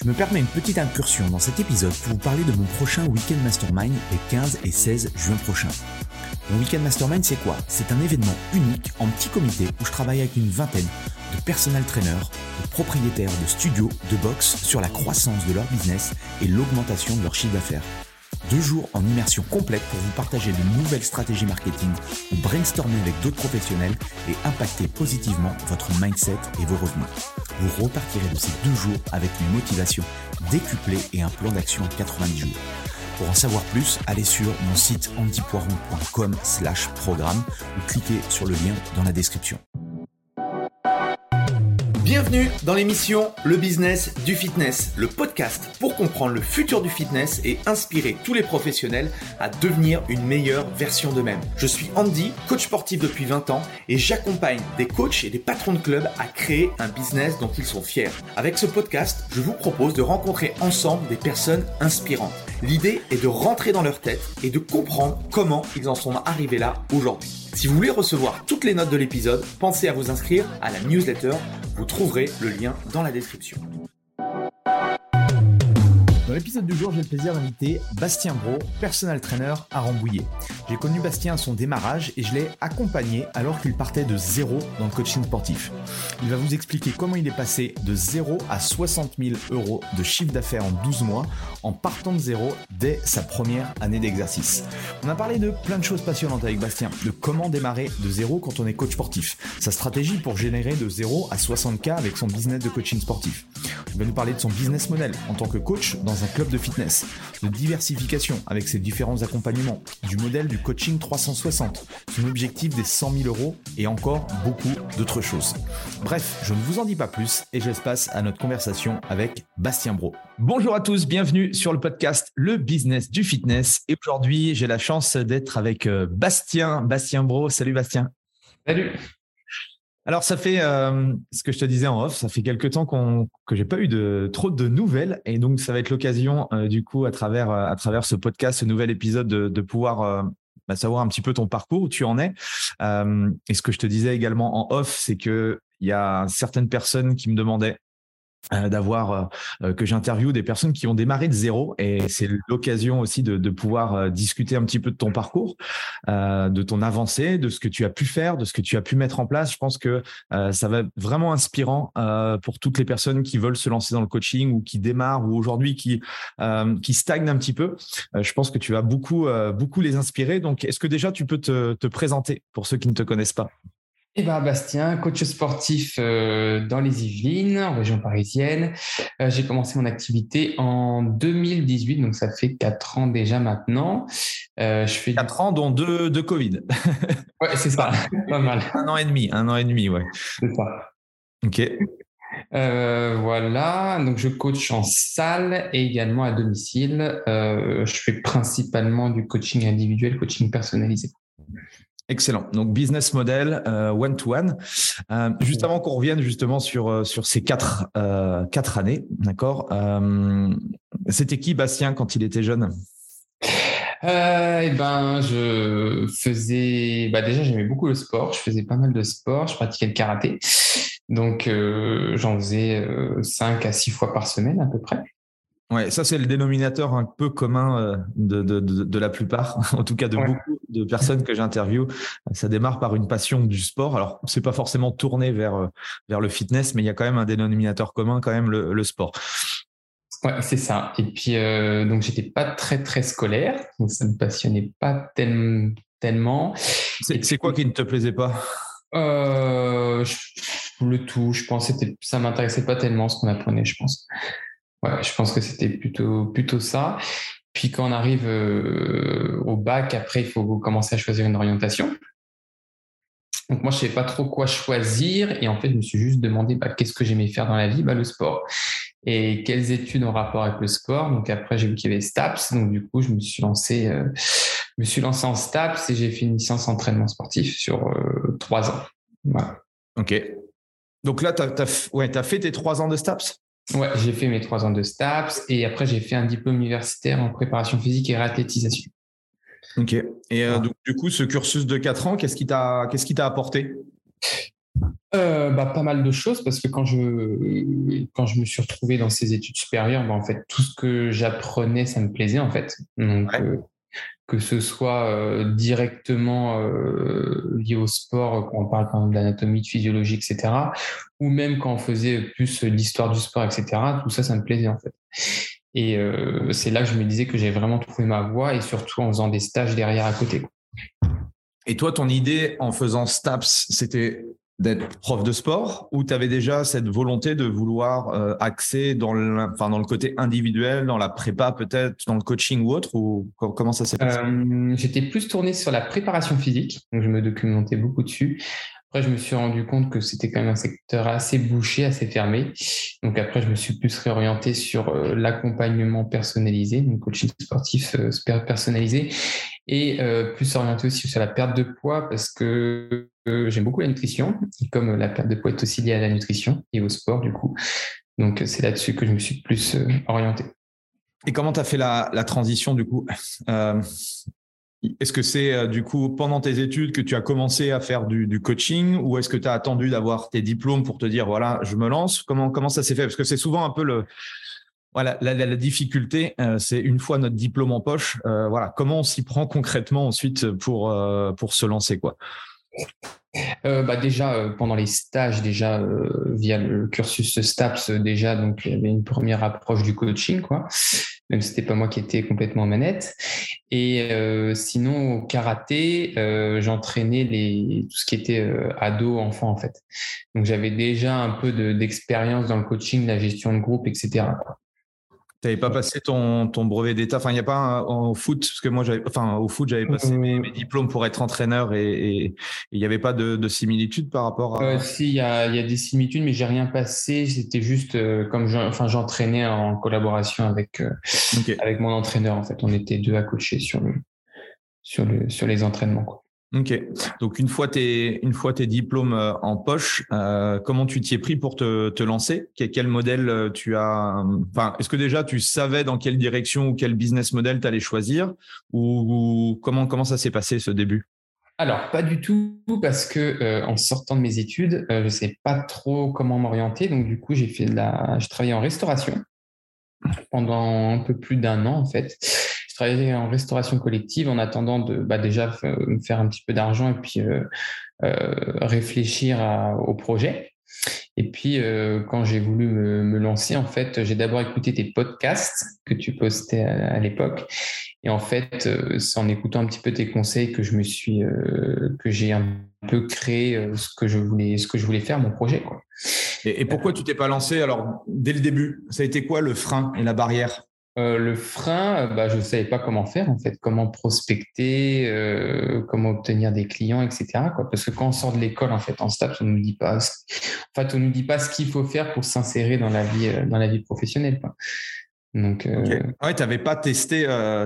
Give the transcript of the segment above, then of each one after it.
Je me permets une petite incursion dans cet épisode pour vous parler de mon prochain Weekend Mastermind les 15 et 16 juin prochains. Mon Weekend Mastermind, c'est quoi ? C'est un événement unique en petit comité où je travaille avec une vingtaine de personal trainers, de propriétaires de studios, de box sur la croissance de leur business et l'augmentation de leur chiffre d'affaires. 2 jours en immersion complète pour vous partager de nouvelles stratégies marketing ou brainstormer avec d'autres professionnels et impacter positivement votre mindset et vos revenus. Vous repartirez de ces 2 jours avec une motivation décuplée et un plan d'action en 90 jours. Pour en savoir plus, allez sur mon site andypoiron.com/programme ou cliquez sur le lien dans la description. Bienvenue dans l'émission Le Business du Fitness, le podcast pour comprendre le futur du fitness et inspirer tous les professionnels à devenir une meilleure version d'eux-mêmes. Je suis Andy, coach sportif depuis 20 ans et j'accompagne des coachs et des patrons de clubs à créer un business dont ils sont fiers. Avec ce podcast, je vous propose de rencontrer ensemble des personnes inspirantes. L'idée est de rentrer dans leur tête et de comprendre comment ils en sont arrivés là aujourd'hui. Si vous voulez recevoir toutes les notes de l'épisode, pensez à vous inscrire à la newsletter. Vous trouverez le lien dans la description. Dans l'épisode du jour, j'ai le plaisir d'inviter Bastien Brault, personal trainer à Rambouillet. J'ai connu Bastien à son démarrage et je l'ai accompagné alors qu'il partait de zéro dans le coaching sportif. Il va vous expliquer comment il est passé de 0 à 60 000 € de chiffre d'affaires en 12 mois en partant de zéro dès sa première année d'exercice. On a parlé de plein de choses passionnantes avec Bastien, de comment démarrer de zéro quand on est coach sportif, sa stratégie pour générer de 0 à 60K avec son business de coaching sportif. Il va nous parler de son business model en tant que coach dans un club de fitness, de diversification avec ses différents accompagnements, du modèle du coaching 360, son objectif des 100 000 € et encore beaucoup d'autres choses. Bref, je ne vous en dis pas plus et je laisse place à notre conversation avec Bastien Brault. Bonjour à tous, bienvenue sur le podcast Le Business du Fitness et aujourd'hui j'ai la chance d'être avec Bastien Brault. Salut Bastien. Salut. Alors, ça fait ce que je te disais en off, ça fait quelques temps que j'ai pas eu trop de nouvelles et donc ça va être l'occasion du coup à travers ce podcast, ce nouvel épisode de pouvoir savoir un petit peu ton parcours, où tu en es. Et ce que je te disais également en off, c'est que il y a certaines personnes qui me demandaient que j'interviewe des personnes qui ont démarré de zéro et c'est l'occasion aussi de pouvoir discuter un petit peu de ton parcours, de ton avancée, de ce que tu as pu faire, de ce que tu as pu mettre en place. Je pense que ça va être vraiment inspirant pour toutes les personnes qui veulent se lancer dans le coaching ou qui démarrent ou aujourd'hui qui stagnent un petit peu. Je pense que tu vas beaucoup les inspirer. Donc, est-ce que déjà tu peux te présenter pour ceux qui ne te connaissent pas? Bastien, coach sportif dans les Yvelines, en région parisienne. J'ai commencé mon activité en 2018, donc ça fait 4 ans déjà maintenant. Je fais 4 ans, dont 2 de Covid. Ouais, c'est ça, pas mal. 1 an et demi, ouais. C'est ça. Ok. Voilà, donc je coach en salle et également à domicile. Je fais principalement du coaching individuel, coaching personnalisé. Excellent. Donc, business model, one-to-one. Juste avant qu'on revienne justement sur ces 4 années, d'accord. C'était qui Bastien quand il était jeune? Je faisais... déjà, j'aimais beaucoup le sport. Je faisais pas mal de sport. Je pratiquais le karaté. Donc, j'en faisais 5 à 6 fois par semaine à peu près. Ouais, ça c'est le dénominateur un peu commun de la plupart, en tout cas de beaucoup de personnes que j'interviewe. Ça démarre par une passion du sport. Alors c'est pas forcément tourné vers le fitness, mais il y a quand même un dénominateur commun, quand même le sport. Ouais, c'est ça. Et puis donc j'étais pas très très scolaire, donc ça me passionnait pas tellement. C'est quoi qui ne te plaisait pas? Le tout. Je pense que ça m'intéressait pas tellement ce qu'on apprenait, je pense. Ouais, je pense que c'était plutôt ça. Puis quand on arrive au bac, après, il faut commencer à choisir une orientation. Donc moi, je ne savais pas trop quoi choisir. Et en fait, je me suis juste demandé qu'est-ce que j'aimais faire dans la vie? Le sport. Et quelles études en rapport avec le sport? Donc après, j'ai vu qu'il y avait STAPS. Donc du coup, je me suis lancé en STAPS et j'ai fait une licence entraînement sportif sur 3 ans. Voilà. Ok. Donc là, tu as fait tes 3 ans de STAPS? Ouais, j'ai fait mes 3 ans de STAPS et après, j'ai fait un diplôme universitaire en préparation physique et réathlétisation. Ok. Et donc, du coup, ce cursus de 4 ans, qu'est-ce qui t'a apporté? Pas mal de choses parce que quand je me suis retrouvé dans ces études supérieures, en fait, tout ce que j'apprenais, ça me plaisait en fait. Donc, que ce soit directement lié au sport, quand on parle quand même d'anatomie, de physiologie, etc., ou même quand on faisait plus l'histoire du sport, etc., tout ça, ça me plaisait en fait. Et c'est là que je me disais que j'ai vraiment trouvé ma voie et surtout en faisant des stages derrière à côté. Et toi, ton idée en faisant STAPS, c'était d'être prof de sport ou tu avais déjà cette volonté de vouloir axer dans le côté individuel, dans la prépa peut-être, dans le coaching ou autre, ou comment ça s'est passé? J'étais plus tourné sur la préparation physique, donc je me documentais beaucoup dessus. Après, je me suis rendu compte que c'était quand même un secteur assez bouché, assez fermé. Donc après, je me suis plus réorienté sur l'accompagnement personnalisé, donc coaching sportif personnalisé, et plus orienté aussi sur la perte de poids parce que j'aime beaucoup la nutrition, et comme la perte de poids est aussi liée à la nutrition et au sport du coup. Donc c'est là-dessus que je me suis plus orienté. Et comment tu as fait la transition du coup Est-ce que c'est du coup pendant tes études que tu as commencé à faire du coaching ou est-ce que tu as attendu d'avoir tes diplômes pour te dire voilà, je me lance? Comment ça s'est fait? Parce que c'est souvent un peu voilà, la difficulté, c'est une fois notre diplôme en poche, voilà, comment on s'y prend concrètement ensuite pour se lancer quoi? Déjà pendant les stages via le cursus STAPS déjà donc il y avait une première approche du coaching quoi, même si c'était pas moi qui étais complètement en manette. Et sinon au karaté j'entraînais tout ce qui était ado enfant en fait, donc j'avais déjà un peu d'expérience dans le coaching, la gestion de groupe, etc. Tu n'avais pas passé ton brevet d'état, enfin il n'y a pas au foot, parce que moi au foot j'avais passé mes diplômes pour être entraîneur et il n'y avait pas de similitude par rapport à… Si, il y a des similitudes, mais j'ai rien passé. C'était juste comme j'entraînais en collaboration avec mon entraîneur. En fait, on était deux à coacher sur les entraînements, quoi. Ok. Donc une fois tes diplômes en poche, comment tu t'y es pris pour te lancer? Quel modèle tu as? Enfin, est-ce que déjà tu savais dans quelle direction ou quel business model tu allais choisir, ou comment ça s'est passé ce début? Alors, pas du tout, parce que en sortant de mes études, je ne savais pas trop comment m'orienter. Donc, du coup, j'ai travaillé en restauration pendant un peu plus d'un an, en fait. Je travaillais en restauration collective en attendant de déjà me faire un petit peu d'argent et puis réfléchir au projet. Et puis, quand j'ai voulu me lancer, en fait, j'ai d'abord écouté tes podcasts que tu postais à l'époque. Et en fait, c'est en écoutant un petit peu tes conseils que j'ai un peu créé ce que je voulais faire, mon projet, quoi. Et pourquoi tu t'es pas lancé alors dès le début? Ça a été quoi le frein et la barrière? Le frein, je ne savais pas comment faire, en fait, comment prospecter, comment obtenir des clients, etc., quoi. Parce que quand on sort de l'école, en fait, en STAPS, on nous dit pas ce qu'il faut faire pour s'insérer dans la vie professionnelle, quoi. Donc, Okay. Ouais, t'avais pas testé,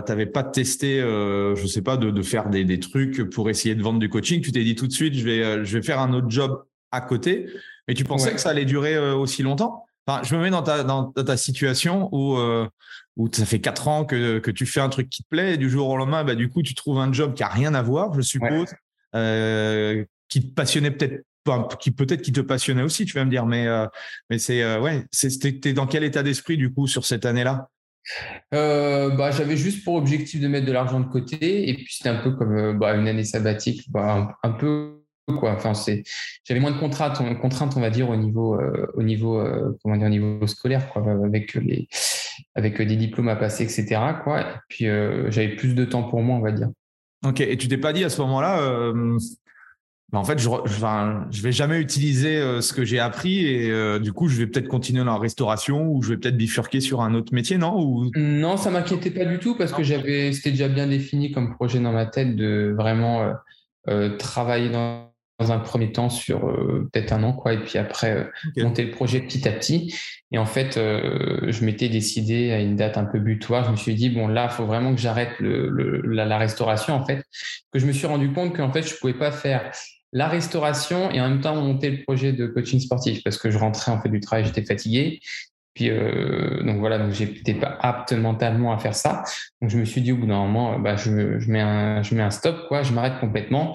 je sais pas, de faire des trucs pour essayer de vendre du coaching. Tu t'es dit tout de suite, je vais faire un autre job à côté. Mais tu pensais que ça allait durer aussi longtemps? Enfin, je me mets dans ta situation où ça fait 4 ans que tu fais un truc qui te plaît et du jour au lendemain, du coup, tu trouves un job qui a rien à voir, je suppose, qui te passionnait peut-être. Peut-être qui te passionnait aussi, tu vas me dire, mais t'es dans quel état d'esprit du coup sur cette année-là? J'avais juste pour objectif de mettre de l'argent de côté et puis c'était un peu comme une année sabbatique, un peu quoi. Enfin, j'avais moins de contraintes, on va dire comment dire, au niveau scolaire, quoi, avec des diplômes à passer, etc., quoi. Et puis j'avais plus de temps pour moi, on va dire. Ok. Et tu t'es pas dit à ce moment-là, en fait, je vais jamais utiliser ce que j'ai appris et du coup, je vais peut-être continuer dans la restauration ou je vais peut-être bifurquer sur un autre métier, non? Non, ça m'inquiétait pas du tout parce que c'était déjà bien défini comme projet dans ma tête de vraiment travailler dans un premier temps sur peut-être un an, quoi, et puis après monter le projet petit à petit. Et en fait, je m'étais décidé à une date un peu butoir. Je me suis dit, bon, là, il faut vraiment que j'arrête la restauration, en fait. Que je me suis rendu compte qu'en fait, je pouvais pas faire la restauration et en même temps monter le projet de coaching sportif parce que je rentrais en fait du travail, j'étais fatigué. Puis donc voilà, donc j'étais pas apte mentalement à faire ça. Donc je me suis dit au bout d'un moment, je mets un stop, quoi, je m'arrête complètement.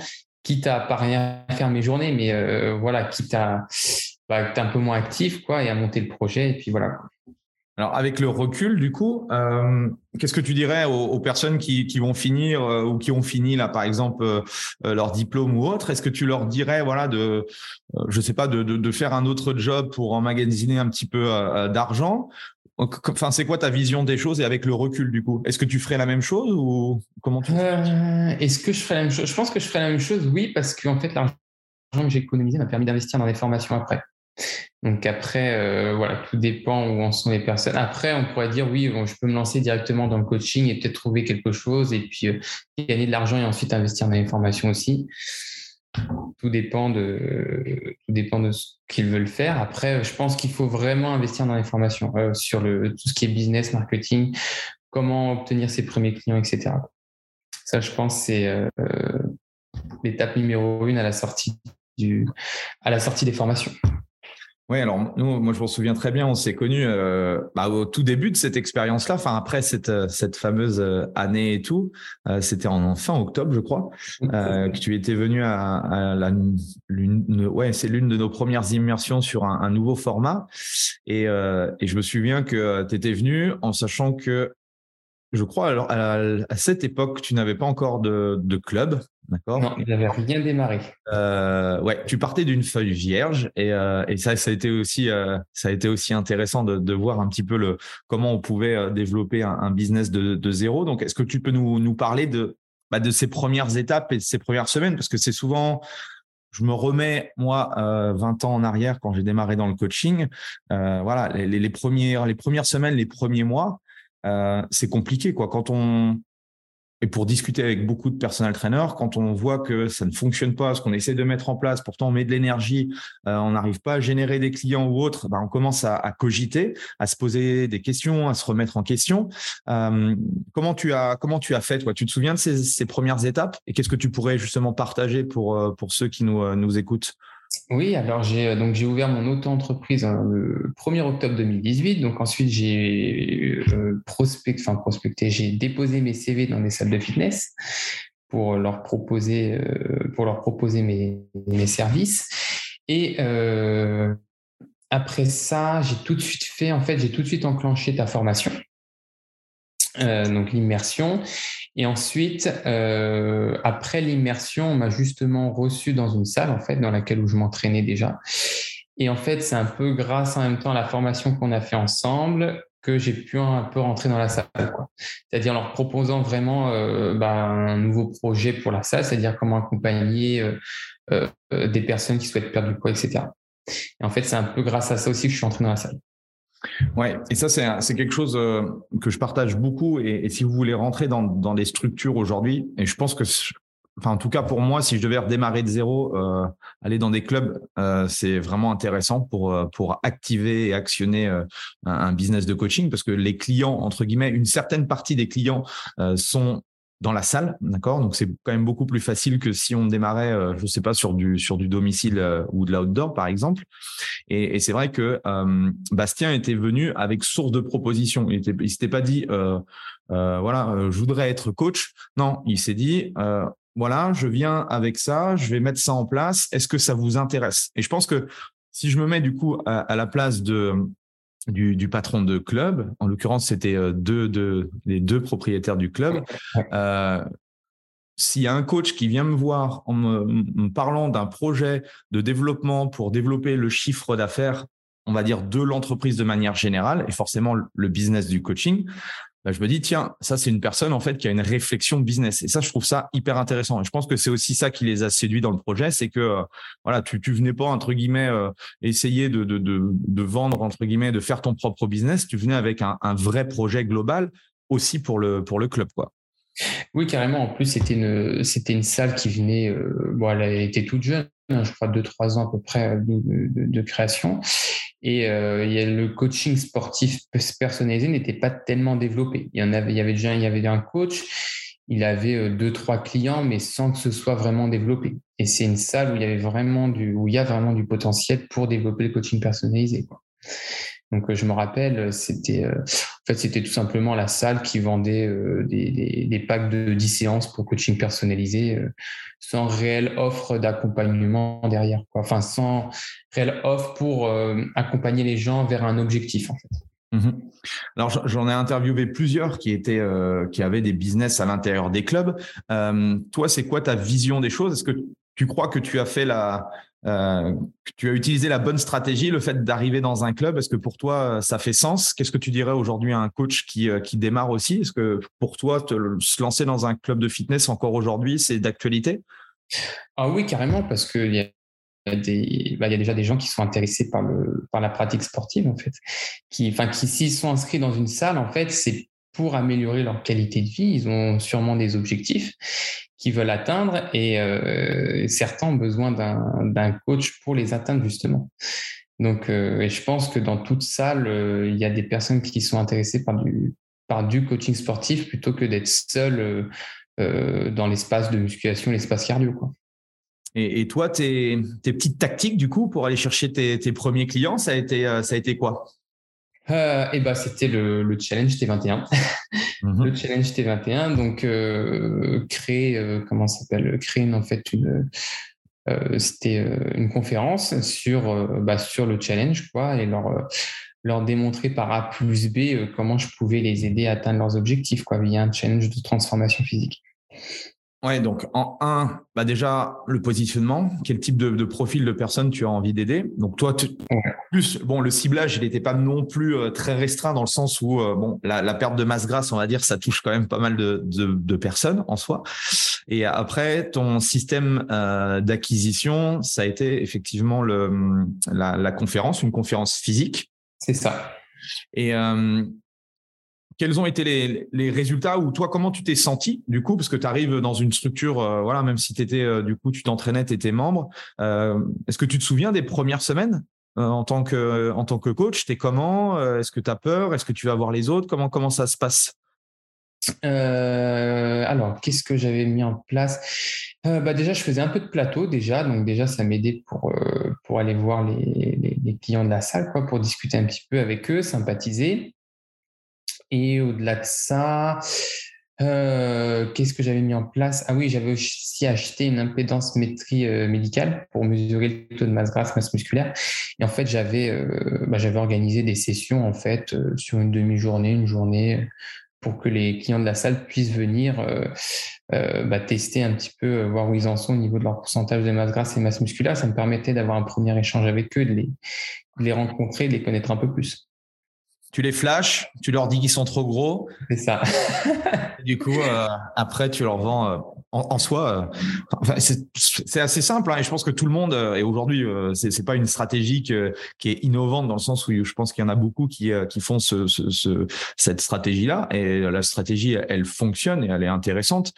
quitte à pas rien faire mes journées, mais voilà, quitte à être un peu moins actif, quoi, et à monter le projet. Et puis voilà, quoi. Alors, avec le recul, du coup, qu'est-ce que tu dirais aux personnes qui vont finir ou qui ont fini, là, par exemple, leur diplôme ou autre? Est-ce que tu leur dirais, voilà, je sais pas, de faire un autre job pour emmagasiner un petit peu d'argent? Enfin, c'est quoi ta vision des choses et avec le recul, du coup? Est-ce que tu ferais la même chose ou comment tu Est-ce que je ferais la même chose? Je pense que je ferais la même chose, oui, parce qu'en fait, l'argent que j'ai économisé m'a permis d'investir dans des formations après. Donc après, voilà, tout dépend où en sont les personnes. Après, on pourrait dire, oui, bon, je peux me lancer directement dans le coaching et peut-être trouver quelque chose et puis gagner de l'argent et ensuite investir dans les formations aussi. Tout dépend de ce qu'ils veulent faire. Après, je pense qu'il faut vraiment investir dans les formations sur tout ce qui est business, marketing, comment obtenir ses premiers clients, etc. Ça, je pense, c'est l'étape numéro 1 à la sortie des formations. Oui, alors moi je m'en souviens très bien, on s'est connus au tout début de cette expérience-là, enfin après cette fameuse année et tout, c'était en fin octobre je crois, que tu étais venu à c'est l'une de nos premières immersions sur un nouveau format et je me souviens que tu étais venu en sachant que je crois alors à cette époque tu n'avais pas encore de club. D'accord. Non, il n'avait rien démarré. Ouais, tu partais d'une feuille vierge et ça a été aussi intéressant de voir un petit peu comment on pouvait développer un business de zéro. Donc, est-ce que tu peux nous parler de ces premières étapes et de ces premières semaines? Parce que c'est souvent, je me remets, moi, 20 ans en arrière quand j'ai démarré dans le coaching. Voilà, les premières semaines, les premiers mois, c'est compliqué, quoi. Et pour discuter avec beaucoup de personal trainers, quand on voit que ça ne fonctionne pas, ce qu'on essaie de mettre en place, pourtant on met de l'énergie, on n'arrive pas à générer des clients ou autres, on commence à cogiter, à se poser des questions, à se remettre en question. Comment tu as fait, toi? Tu te souviens de ces premières étapes? Et qu'est-ce que tu pourrais justement partager pour ceux qui nous écoutent? Oui, alors j'ai ouvert mon auto-entreprise le 1er octobre 2018. Donc ensuite, j'ai prospecté, j'ai déposé mes CV dans des salles de fitness pour leur proposer mes services. Et après ça, j'ai tout de suite enclenché ta formation. Donc l'immersion. Et ensuite, après l'immersion, on m'a justement reçu dans une salle en fait dans laquelle où je m'entraînais déjà. Et en fait, c'est un peu grâce en même temps à la formation qu'on a fait ensemble que j'ai pu un peu rentrer dans la salle, quoi. C'est-à-dire en leur proposant vraiment un nouveau projet pour la salle, c'est-à-dire comment accompagner des personnes qui souhaitent perdre du poids, etc. Et en fait, c'est un peu grâce à ça aussi que je suis entré dans la salle. Ouais, et ça c'est quelque chose que je partage beaucoup. Et si vous voulez rentrer dans des structures aujourd'hui, et je pense que, enfin en tout cas pour moi, si je devais redémarrer de zéro, aller dans des clubs, c'est vraiment intéressant pour activer et actionner un business de coaching, parce que les clients, entre guillemets, une certaine partie des clients sont dans la salle, d'accord? Donc c'est quand même beaucoup plus facile que si on démarrait, je sais pas, sur du domicile ou de l'outdoor par exemple. Et c'est vrai que Bastien était venu avec source de proposition. Il s'était pas dit je voudrais être coach. Non, il s'est dit voilà, je viens avec ça, je vais mettre ça en place. Est-ce que ça vous intéresse? Et je pense que si je me mets du coup à la place du patron de club, en l'occurrence c'était les deux propriétaires du club. S'il y a un coach qui vient me voir en me parlant d'un projet de développement pour développer le chiffre d'affaires, on va dire, de l'entreprise de manière générale, et forcément le business du coaching, je me dis, tiens, ça, c'est une personne en fait qui a une réflexion business. Et ça, je trouve ça hyper intéressant. Et je pense que c'est aussi ça qui les a séduits dans le projet, c'est que tu venais pas, entre guillemets, essayer de vendre, entre guillemets, de faire ton propre business. Tu venais avec un vrai projet global aussi pour le club, quoi. Oui, carrément. En plus, c'était une salle qui venait, elle était toute jeune, je crois 2-3 ans à peu près de création. Et le coaching sportif personnalisé n'était pas tellement développé. Il y avait un coach, il avait 2-3 clients, mais sans que ce soit vraiment développé. Et c'est une salle où il y a vraiment du potentiel pour développer le coaching personnalisé, quoi. Donc, je me rappelle, c'était tout simplement la salle qui vendait des packs de 10 séances pour coaching personnalisé, sans réelle offre d'accompagnement derrière, quoi. Enfin, sans réelle offre pour accompagner les gens vers un objectif, en fait. Mhm. Alors, j'en ai interviewé plusieurs qui avaient des business à l'intérieur des clubs. Toi, c'est quoi ta vision des choses? Est-ce que tu crois que tu as que tu as utilisé la bonne stratégie, le fait d'arriver dans un club? Est-ce que pour toi, ça fait sens? Qu'est-ce que tu dirais aujourd'hui à un coach qui démarre aussi? Est-ce que pour toi, se lancer dans un club de fitness encore aujourd'hui, c'est d'actualité? Ah oui, carrément, parce qu'il y a il y a déjà des gens qui sont intéressés par la pratique sportive, en fait, qui s'ils sont inscrits dans une salle, en fait, c'est pour améliorer leur qualité de vie. Ils ont sûrement des objectifs qu'ils veulent atteindre et certains ont besoin d'un coach pour les atteindre, justement. Donc, et je pense que dans toute salle, il y a des personnes qui sont intéressées par du coaching sportif plutôt que d'être seul dans l'espace de musculation, l'espace cardio, quoi. Et toi, tes petites tactiques, du coup, pour aller chercher tes premiers clients, ça a été quoi? Et ben, c'était le challenge T21. Le challenge T21, donc créer une conférence sur le challenge, quoi, et leur démontrer par A plus B comment je pouvais les aider à atteindre leurs objectifs, quoi, via un challenge de transformation physique. Ouais, donc en un, déjà le positionnement, quel type de profil de personne tu as envie d'aider. Donc toi, plus le ciblage, il n'était pas non plus très restreint dans le sens où la perte de masse grasse, on va dire, ça touche quand même pas mal de personnes en soi. Et après, ton système d'acquisition, ça a été effectivement la conférence, une conférence physique. C'est ça. Et quels ont été les résultats, ou toi, comment tu t'es senti du coup, parce que tu arrives dans une structure, même si tu t'entraînais, tu étais membre. Est-ce que tu te souviens des premières semaines en tant que coach? T'es comment? Est-ce que tu as peur? Est-ce que tu vas voir les autres? Comment ça se passe? Alors, qu'est-ce que j'avais mis en place? Déjà, je faisais un peu de plateau déjà, donc déjà ça m'aidait pour aller voir les clients de la salle, quoi, pour discuter un petit peu avec eux, sympathiser. Et au-delà de ça, qu'est-ce que j'avais mis en place? Ah oui, j'avais aussi acheté une impédance-métrie médicale pour mesurer le taux de masse grasse, masse musculaire. Et en fait, j'avais organisé des sessions en fait sur une demi-journée, une journée, pour que les clients de la salle puissent venir tester un petit peu, voir où ils en sont au niveau de leur pourcentage de masse grasse et masse musculaire. Ça me permettait d'avoir un premier échange avec eux, de les rencontrer, de les connaître un peu plus. Tu les flashes, tu leur dis qu'ils sont trop gros. C'est ça. Du coup, après, tu leur vends en soi. C'est assez simple, hein, et je pense que tout le monde, et aujourd'hui, c'est pas une stratégie qui est innovante, dans le sens où je pense qu'il y en a beaucoup qui font cette stratégie-là, et la stratégie, elle fonctionne et elle est intéressante.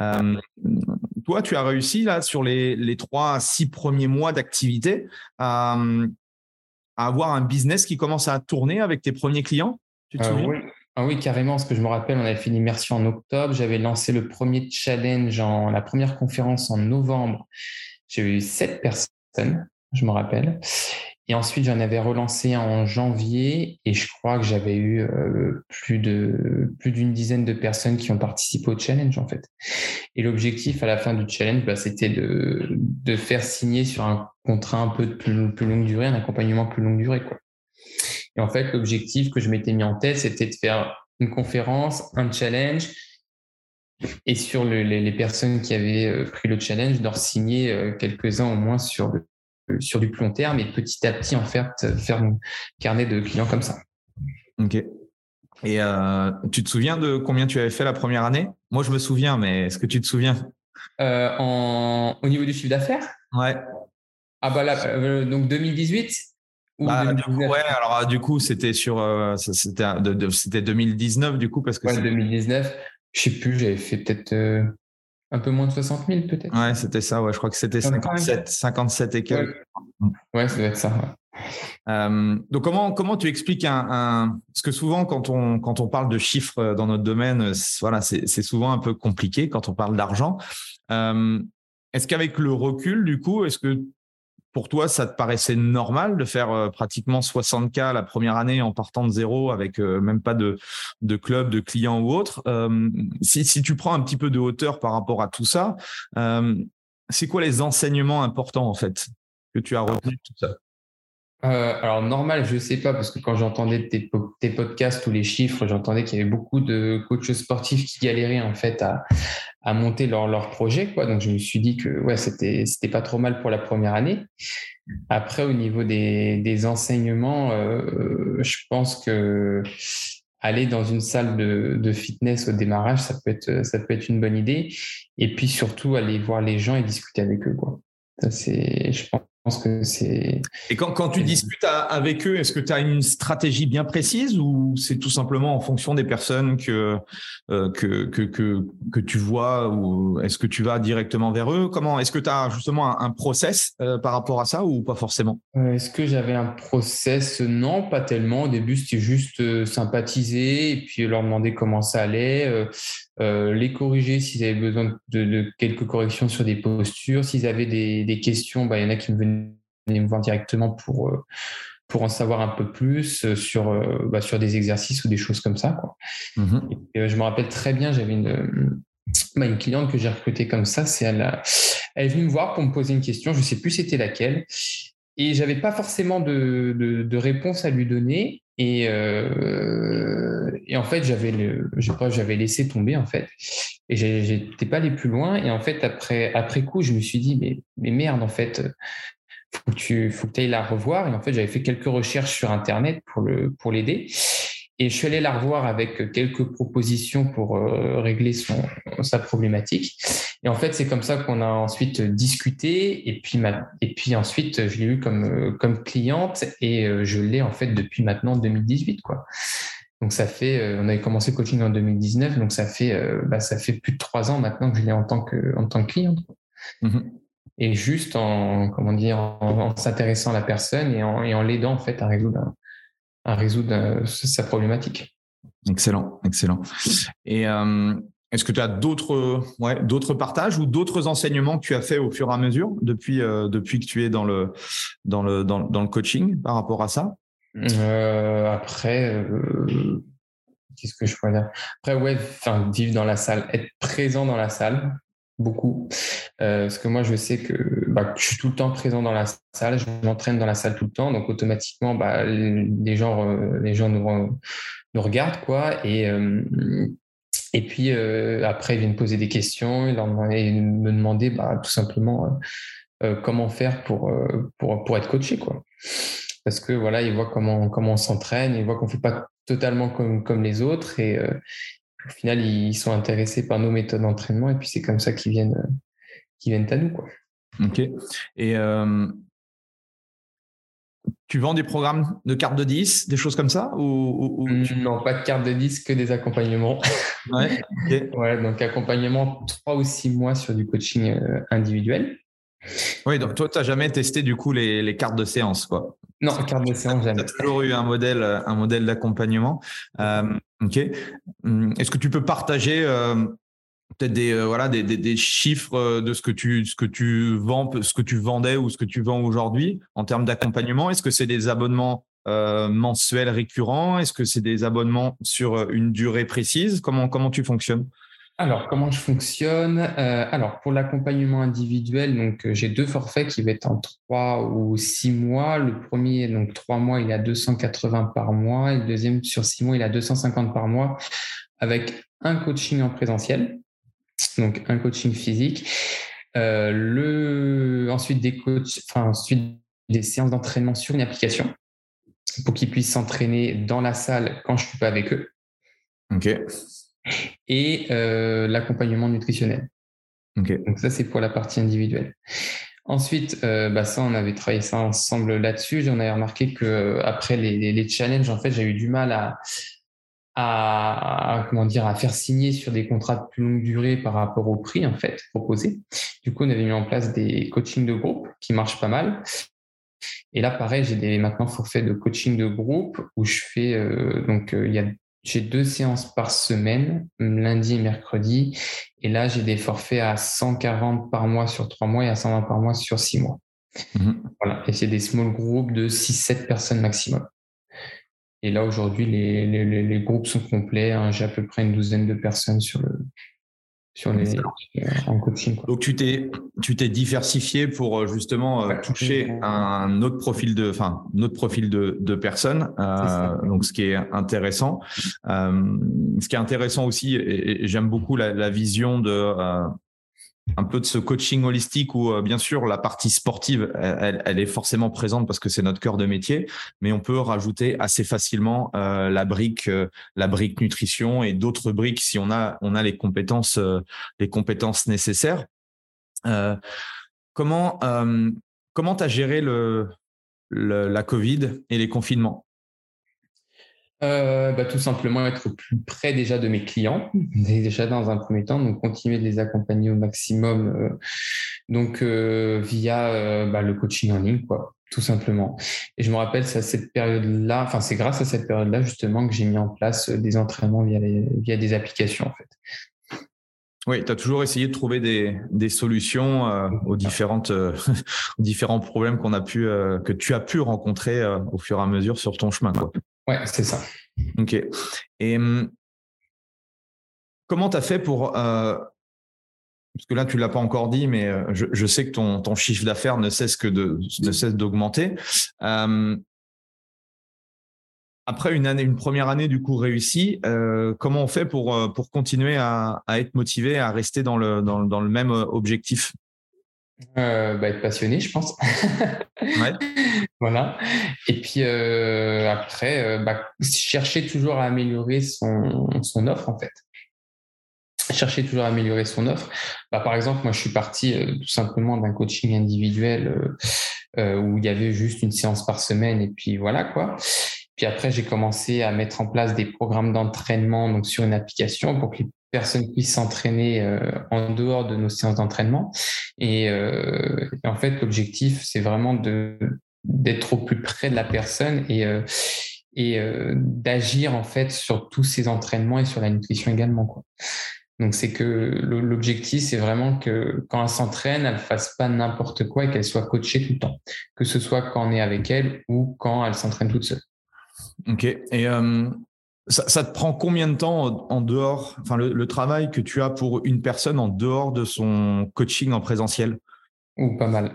Toi, tu as réussi là sur les 3 à 6 premiers mois d'activité à avoir un business qui commence à tourner avec tes premiers clients? Tu te souviens? Oui. Ah oui, carrément, parce que je me rappelle, on avait fait une immersion en octobre, j'avais lancé le premier challenge, la première conférence en novembre. J'avais eu 7 personnes, je me rappelle. Et ensuite, j'en avais relancé en janvier et je crois que j'avais eu plus d'une dizaine de personnes qui ont participé au challenge, en fait. Et l'objectif à la fin du challenge, c'était de faire signer sur un contrat un peu plus longue durée, un accompagnement plus longue durée, quoi. Et en fait, l'objectif que je m'étais mis en tête, c'était de faire une conférence, un challenge, et sur les personnes qui avaient pris le challenge, d'en signer quelques-uns au moins sur du plus long terme, et petit à petit, en fait, faire mon carnet de clients comme ça. Ok. Et tu te souviens de combien tu avais fait la première année? Moi, je me souviens, mais est-ce que tu te souviens? Au niveau du chiffre d'affaires? Ouais. Ah bah là, donc 2018 ou 2019? Ouais, alors du coup, c'était c'était 2019 du coup, parce que ouais, 2019. Je sais plus, j'avais fait peut-être un peu moins de 60 000 peut-être. Ouais, c'était ça. Ouais, je crois que c'était 57 et quelques. Ouais, ça doit être ça. Ouais. Donc comment tu expliques parce que souvent quand on parle de chiffres dans notre domaine, c'est souvent un peu compliqué quand on parle d'argent. Est-ce qu'avec le recul, du coup, est-ce que pour toi, ça te paraissait normal de faire pratiquement 60K la première année en partant de zéro avec même pas de club, de clients ou autre. Si tu prends un petit peu de hauteur par rapport à tout ça, c'est quoi les enseignements importants en fait que tu as retenus de tout ça? Alors normal, je sais pas, parce que quand j'entendais tes podcasts ou les chiffres, j'entendais qu'il y avait beaucoup de coachs sportifs qui galéraient en fait à monter leur projet, quoi. Donc je me suis dit que ouais, c'était pas trop mal pour la première année. Après, au niveau des enseignements, je pense que aller dans une salle de fitness au démarrage, ça peut être une bonne idée. Et puis surtout, aller voir les gens et discuter avec eux, quoi. Je pense que c'est... Et quand tu discutes avec eux, est-ce que tu as une stratégie bien précise ou c'est tout simplement en fonction des personnes que tu vois, ou est-ce que tu vas directement vers eux? Est-ce que tu as justement un process par rapport à ça ou pas forcément? Est-ce que j'avais un process? Non, pas tellement. Au début, c'était juste sympathiser et puis leur demander comment ça allait, les corriger s'ils avaient besoin de quelques corrections sur des postures. S'ils avaient des questions, il y en a qui venaient me voir directement pour en savoir un peu plus sur des exercices ou des choses comme ça, quoi. Mm-hmm. Et, je me rappelle très bien, j'avais une cliente que j'ai recrutée comme ça. Elle est venue me voir pour me poser une question. Je ne sais plus c'était laquelle. Et j'avais pas forcément de réponse à lui donner. Et en fait, j'avais laissé tomber, en fait. Et j'étais pas allé plus loin. Et en fait, après coup, je me suis dit, mais merde, en fait, faut que tu ailles la revoir. Et en fait, j'avais fait quelques recherches sur Internet pour l'aider. Et je suis allé la revoir avec quelques propositions pour régler sa problématique. Et en fait, c'est comme ça qu'on a ensuite discuté. Et puis ensuite, je l'ai eu comme cliente et je l'ai en fait depuis maintenant 2018, quoi. Donc ça fait, on avait commencé le coaching en 2019, donc ça fait plus de 3 ans maintenant que je l'ai en tant que cliente, quoi. Mm-hmm. Et juste en s'intéressant à la personne et en l'aidant en fait à résoudre sa problématique. Excellent. Et est-ce que tu as d'autres partages ou d'autres enseignements que tu as fait au fur et à mesure depuis que tu es dans le coaching par rapport à ça? Après, qu'est-ce que je pourrais dire? Après, ouais, vivre dans la salle, être présent dans la salle, beaucoup. Parce que moi, je sais que je suis tout le temps présent dans la salle, je m'entraîne dans la salle tout le temps, donc automatiquement, les gens nous regardent, quoi. Et puis après, ils viennent poser des questions et me demander tout simplement comment faire pour être coaché, quoi. Parce que voilà, ils voient comment on s'entraîne, ils voient qu'on ne fait pas totalement comme les autres et au final, ils sont intéressés par nos méthodes d'entraînement et puis c'est comme ça qu'ils viennent à nous, quoi. Ok. Et tu vends des programmes de carte de 10, des choses comme ça Non, pas de carte de 10, que des accompagnements. Ouais, okay. Ouais, donc accompagnement 3 ou 6 mois sur du coaching individuel. Oui, donc toi, tu n'as jamais testé du coup les cartes de séance, quoi? Non, carte de séance, jamais. Tu as toujours eu un modèle d'accompagnement. Ok. Est-ce que tu peux partager peut-être des chiffres de ce que tu vends, ce que tu vendais ou ce que tu vends aujourd'hui en termes d'accompagnement? Est-ce que c'est des abonnements mensuels récurrents? Est-ce que c'est des abonnements sur une durée précise? Comment tu fonctionnes? Alors, comment je fonctionne? Alors, pour l'accompagnement individuel, donc j'ai 2 forfaits qui vont être en 3 ou 6 mois. Le premier, donc 3 mois, il est à 280 par mois. Et le deuxième, sur 6 mois, il est à 250 par mois avec un coaching en présentiel, donc un coaching physique. Ensuite, des séances d'entraînement sur une application pour qu'ils puissent s'entraîner dans la salle quand je ne suis pas avec eux. Ok. Et l'accompagnement nutritionnel. Okay. Donc ça, c'est pour la partie individuelle. Ensuite, ça, on avait travaillé ça ensemble là-dessus. J'en avais remarqué que après les challenges, en fait, j'ai eu du mal à faire signer sur des contrats de plus longue durée par rapport au prix, en fait, proposé. Du coup, on avait mis en place des coachings de groupe qui marchent pas mal. Et là, pareil, j'ai des maintenant forfaits de coaching de groupe où je fais j'ai 2 séances par semaine, lundi et mercredi. Et là, j'ai des forfaits à 140 par mois sur 3 mois et à 120 par mois sur 6 mois. Voilà. Et c'est des small groups de 6-7 personnes maximum. Et là, aujourd'hui, les groupes sont complets. Hein. J'ai à peu près une douzaine de personnes en coaching, quoi. Donc, tu t'es diversifié pour justement toucher un autre profil de personnes. Donc, ce qui est intéressant. Ce qui est intéressant aussi, et j'aime beaucoup la vision de un peu de ce coaching holistique où, bien sûr, la partie sportive, elle est forcément présente parce que c'est notre cœur de métier, mais on peut rajouter assez facilement la brique nutrition et d'autres briques si on a les compétences nécessaires. Comment t'as géré la Covid et les confinements? Tout simplement être au plus près déjà de mes clients, déjà dans un premier temps, donc continuer de les accompagner au maximum, via le coaching en ligne, quoi, tout simplement. Et je me rappelle, c'est c'est grâce à cette période-là justement que j'ai mis en place des entraînements via des applications, en fait. Oui, tu as toujours essayé de trouver des solutions aux différents problèmes que tu as pu rencontrer au fur et à mesure sur ton chemin, quoi. Ouais, c'est ça. Ok. Et comment tu as fait pour... parce que là, tu ne l'as pas encore dit, mais je sais que ton chiffre d'affaires ne cesse d'augmenter. Après une première année du coup réussie, comment on fait pour continuer à être motivé, à rester dans le même objectif? Être passionné, je pense. Ouais. Voilà. Et puis après, chercher toujours à améliorer son offre, en fait. Chercher toujours à améliorer son offre. Par exemple, moi, je suis parti tout simplement d'un coaching individuel où il y avait juste une séance par semaine et puis voilà, quoi. Puis après, j'ai commencé à mettre en place des programmes d'entraînement donc sur une application pour que les personnes puissent s'entraîner en dehors de nos séances d'entraînement. Et en fait, l'objectif, c'est vraiment d'être au plus près de la personne et d'agir en fait sur tous ces entraînements et sur la nutrition également, quoi. Donc, c'est que l'objectif, c'est vraiment que quand elle s'entraîne, elle ne fasse pas n'importe quoi et qu'elle soit coachée tout le temps, que ce soit quand on est avec elle ou quand elle s'entraîne toute seule. Ok. Et ça te prend combien de temps en dehors, enfin le travail que tu as pour une personne en dehors de son coaching en présentiel? Ou pas mal.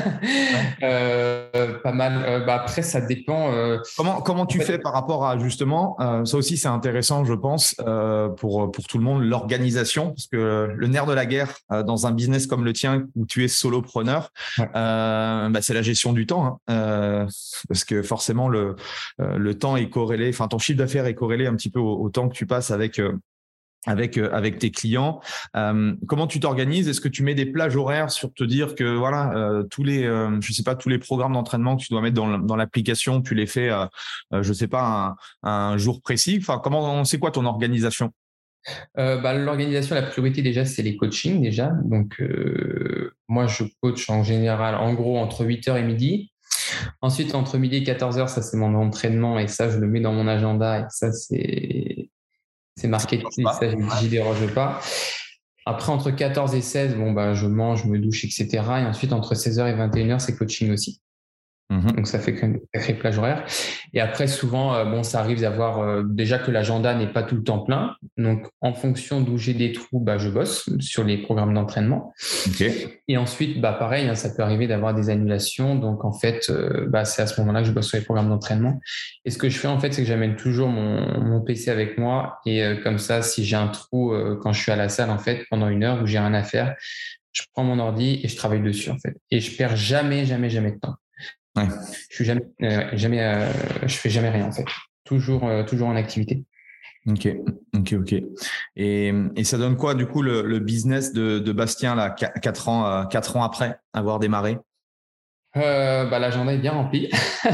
Pas mal. Après, ça dépend. Comment tu fais par rapport à justement, ça aussi c'est intéressant je pense pour tout le monde, l'organisation, parce que le nerf de la guerre dans un business comme le tien où tu es solopreneur, c'est la gestion du temps, hein, parce que forcément le temps est corrélé, enfin ton chiffre d'affaires est corrélé un petit peu au temps que tu passes avec tes clients. Comment tu t'organises? Est-ce que tu mets des plages horaires sur te dire que voilà, tous les programmes d'entraînement que tu dois mettre dans l'application, tu les fais je sais pas un jour précis? Enfin, c'est quoi ton organisation? L'organisation, la priorité déjà, c'est les coachings déjà. Donc moi, je coach en général en gros entre 8h et midi. Ensuite, entre midi et 14h, ça c'est mon entraînement et ça, je le mets dans mon agenda et ça, c'est marqué, ça, j'y déroge pas. Après, entre 14 et 16, je mange, je me douche, etc. Et ensuite, entre 16h et 21h, c'est coaching aussi. Donc, ça fait quand même une sacrée plage horaire. Et après, souvent, ça arrive d'avoir déjà que l'agenda n'est pas tout le temps plein. Donc, en fonction d'où j'ai des trous, je bosse sur les programmes d'entraînement. Okay. Et ensuite, pareil, hein, ça peut arriver d'avoir des annulations. Donc, en fait, c'est à ce moment-là que je bosse sur les programmes d'entraînement. Et ce que je fais, en fait, c'est que j'amène toujours mon PC avec moi. Et comme ça, si j'ai un trou quand je suis à la salle, en fait, pendant une heure où j'ai rien à faire, je prends mon ordi et je travaille dessus, en fait. Et je perds jamais de temps. Ouais. Je fais jamais rien en fait. Toujours en activité. Ok. Et ça donne quoi du coup le business de Bastien là, 4 ans après avoir démarré? L'agenda est bien rempli.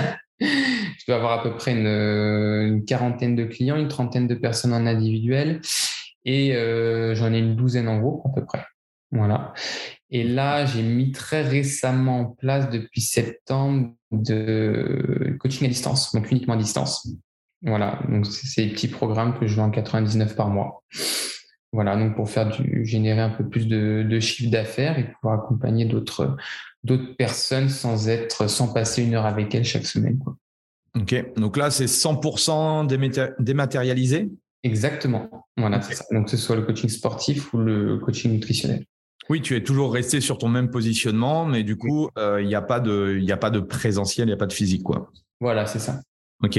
Je dois avoir à peu près une quarantaine de clients, une trentaine de personnes en individuel et j'en ai une douzaine en groupe à peu près. Voilà. Et là, j'ai mis très récemment en place depuis septembre de coaching à distance, donc uniquement à distance. Voilà, donc c'est des petits programmes que je vends en 99 par mois. Voilà, donc pour générer un peu plus de chiffre d'affaires et pouvoir accompagner d'autres personnes sans passer 1 heure avec elles chaque semaine, quoi. Ok, donc là, c'est 100% dématérialisé? Exactement. Voilà, Ok. c'est ça. Donc, que ce soit le coaching sportif ou le coaching nutritionnel. Oui, tu es toujours resté sur ton même positionnement, mais du Oui. coup, il n'y a pas de présentiel, il n'y a pas de physique, quoi. Voilà, c'est ça. Ok.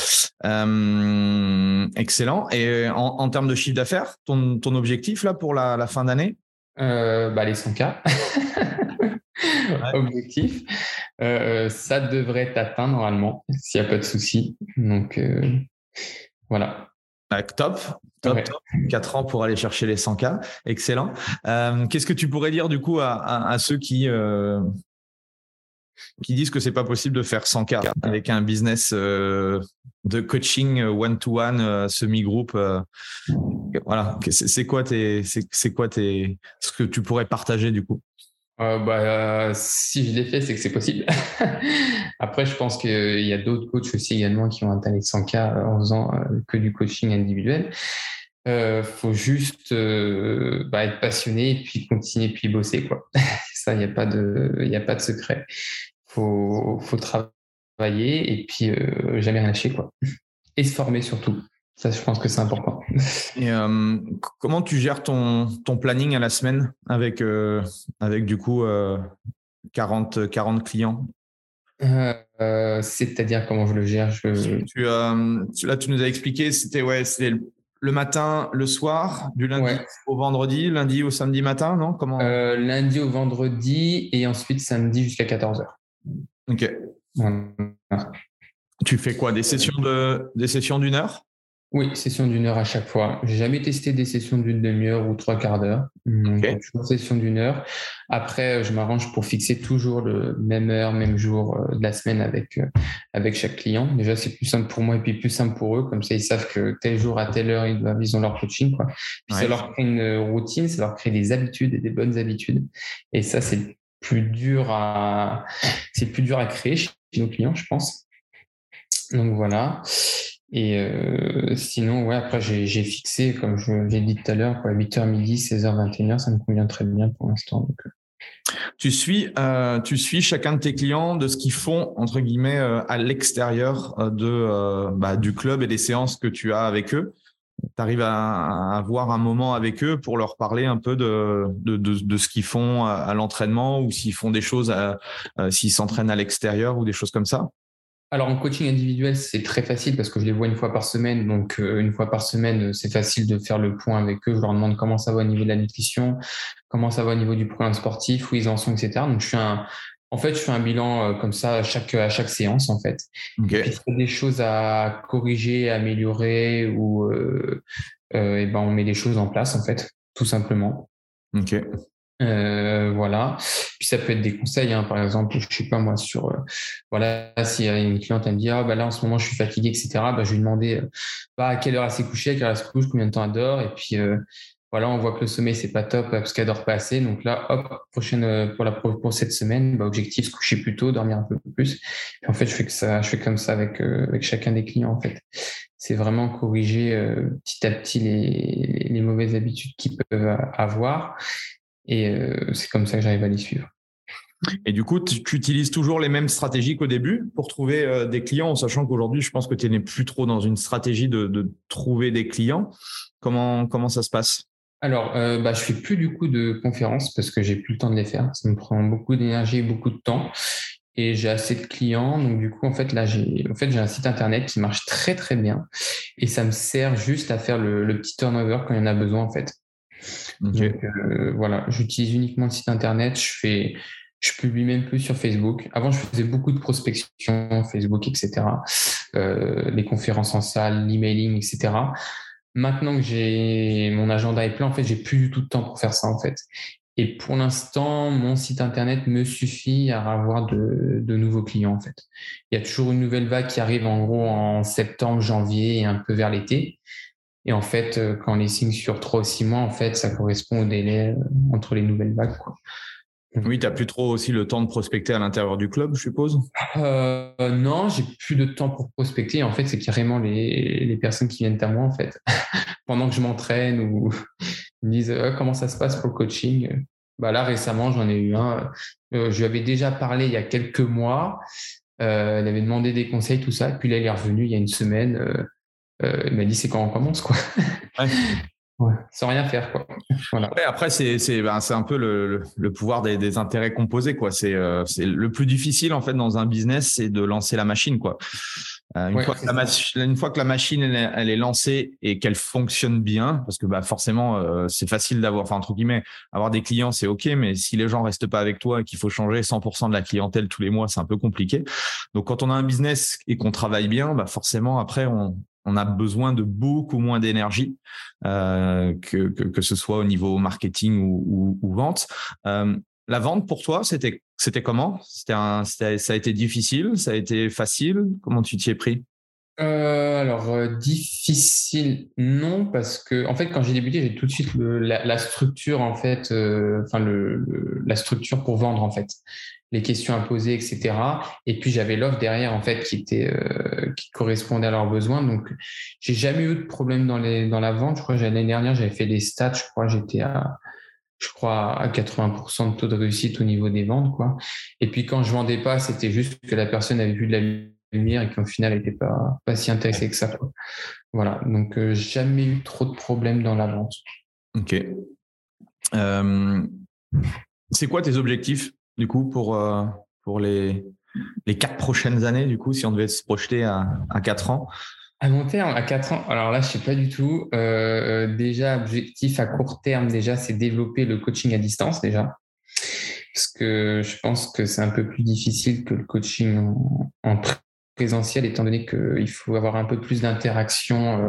Excellent. Et en termes de chiffre d'affaires, ton objectif là pour la fin d'année? Les 100K. Ouais. Objectif. Ça devrait t'atteindre normalement, s'il n'y a pas de souci. Donc, voilà. Top, top, Ouais. top. 4 ans pour aller chercher les 100K. Excellent. Qu'est-ce que tu pourrais dire du coup à ceux qui disent que c'est pas possible de faire 100K avec un business de coaching one-to-one, semi-groupe? Voilà. C'est quoi ce que tu pourrais partager du coup? Si je l'ai fait, c'est que c'est possible. Après, je pense qu'il y a d'autres coachs aussi également qui ont atteint les 100K en faisant que du coaching individuel. Faut juste être passionné et puis continuer puis bosser, quoi. Ça, il n'y a pas de secret. Faut travailler et puis jamais rien lâcher, quoi. Et se former surtout. Ça, je pense que c'est important. Et comment tu gères ton planning à la semaine avec du coup 40 clients? C'est-à-dire comment je le gère. Là, tu nous as expliqué, c'était le matin, le soir, du lundi Ouais. au vendredi, lundi au samedi matin, non? Comment? Lundi au vendredi et ensuite samedi jusqu'à 14h. Ok. Voilà. Tu fais quoi? Des sessions d'une heure? Oui, session d'1 heure à chaque fois. J'ai jamais testé des sessions d'une demi-heure ou 3/4 d'heure. Donc, Ok. toujours session d'1 heure. Après, je m'arrange pour fixer toujours le même heure, même jour de la semaine avec chaque client. Déjà, c'est plus simple pour moi et puis plus simple pour eux. Comme ça, ils savent que tel jour à telle heure, ils ont leur coaching, quoi. Puis ça Ouais. leur crée une routine, ça leur crée des habitudes et des bonnes habitudes. Et ça, c'est plus dur à créer chez nos clients, je pense. Donc voilà. Et sinon, ouais, après, j'ai fixé, comme j'ai dit tout à l'heure, 8h midi, 16h, 21h, ça me convient très bien pour l'instant. Donc, Tu suis chacun de tes clients de ce qu'ils font, entre guillemets, à l'extérieur du club et des séances que tu as avec eux. Tu arrives à avoir un moment avec eux pour leur parler un peu de ce qu'ils font à l'entraînement ou s'ils font des choses, s'ils s'entraînent à l'extérieur ou des choses comme ça? alors, en coaching individuel, c'est très facile parce que je les vois 1 fois par semaine. Donc, 1 fois par semaine, c'est facile de faire le point avec eux. Je leur demande comment ça va au niveau de la nutrition, comment ça va au niveau du programme sportif, où ils en sont, etc. Donc, en fait, je fais un bilan comme ça à chaque séance, en fait. Ok. Et puis, s'il y a des choses à corriger, à améliorer, ou on met les choses en place, en fait, tout simplement. Ok. Voilà. Puis ça peut être des conseils, hein, par exemple, je sais pas moi, sur voilà, si une cliente elle me dit là en ce moment je suis fatigué, etc. Je vais lui demander à quelle heure elle s'est couchée, à quelle heure elle se couche, combien de temps elle dort, et puis voilà, on voit que le sommeil c'est pas top parce qu'elle dort pas assez. Donc là, hop, prochaine pour cette semaine, objectif se coucher plus tôt, dormir un peu plus. Et en fait, je fais comme ça avec chacun des clients en fait. C'est vraiment corriger petit à petit les mauvaises habitudes qu'ils peuvent avoir. Et c'est comme ça que j'arrive à les suivre. Et du coup, tu utilises toujours les mêmes stratégies qu'au début pour trouver des clients, en sachant qu'aujourd'hui, je pense que tu n'es plus trop dans une stratégie de trouver des clients. Comment ça se passe? Alors, je fais plus du coup de conférences parce que j'ai plus le temps de les faire. Ça me prend beaucoup d'énergie et beaucoup de temps. Et j'ai assez de clients. Donc, du coup, en fait, là, j'ai un site internet qui marche très, très bien. Et ça me sert juste à faire le petit turnover quand il y en a besoin, en fait. Okay. Donc, voilà, j'utilise uniquement le site internet. Je publie même plus sur Facebook. Avant, je faisais beaucoup de prospection, Facebook, etc. Les conférences en salle, l'emailing, etc. Maintenant que mon agenda est plein, en fait, j'ai plus du tout de temps pour faire ça, en fait. Et pour l'instant, mon site internet me suffit à avoir de nouveaux clients, en fait. Il y a toujours une nouvelle vague qui arrive en gros en septembre, janvier et un peu vers l'été. Et en fait, quand on les signe sur 3 ou 6 mois, en fait, ça correspond au délai entre les nouvelles vagues, quoi. Oui, tu n'as plus trop aussi le temps de prospecter à l'intérieur du club, je suppose? Non, j'ai plus de temps pour prospecter. En fait, c'est carrément les personnes qui viennent à moi, en fait, pendant que je m'entraîne ou Ils me disent comment ça se passe pour le coaching. Bah là, récemment, j'en ai eu un. Je lui avais déjà parlé il y a quelques mois. Il avait demandé des conseils, tout ça. Puis là, il est revenu il y a une semaine. Il m'a dit c'est quand on commence, quoi. Ouais. Ouais, sans rien faire, quoi. Voilà. Ouais, après, c'est un peu le pouvoir des intérêts composés, quoi. C'est le plus difficile, en fait, dans un business, c'est de lancer la machine, quoi. Une fois que la machine elle est lancée et qu'elle fonctionne bien, parce que forcément c'est facile d'avoir, enfin entre guillemets, avoir des clients c'est ok, mais si les gens restent pas avec toi et qu'il faut changer 100% de la clientèle tous les mois, c'est un peu compliqué. Donc quand on a un business et qu'on travaille bien, forcément après on a besoin de beaucoup moins d'énergie que ce soit au niveau marketing ou vente. La vente pour toi, c'était comment? Ça a été difficile? Ça a été facile? Comment tu t'y es pris? Difficile, non, parce que en fait, quand j'ai débuté, j'ai tout de suite la structure en fait, la structure pour vendre en fait, les questions à poser, etc. Et puis j'avais l'offre derrière en fait qui correspondait à leurs besoins. Donc j'ai jamais eu de problème dans la vente. Je crois que l'année dernière j'avais fait des stats. J'étais à 80% de taux de réussite au niveau des ventes, quoi. Et puis quand je vendais pas, c'était juste que la personne avait vu de la lumière et qu'au final, elle n'était pas si intéressée que ça, quoi. Voilà. Donc, jamais eu trop de problèmes dans la vente. Ok. C'est quoi tes objectifs, du coup, pour les 4 prochaines années, du coup, si on devait se projeter à 4 ans? À long terme, à 4 ans, alors là, je sais pas du tout. Déjà, objectif à court terme, déjà, c'est développer le coaching à distance, déjà. Parce que je pense que c'est un peu plus difficile que le coaching en présentiel, étant donné qu'il faut avoir un peu plus d'interaction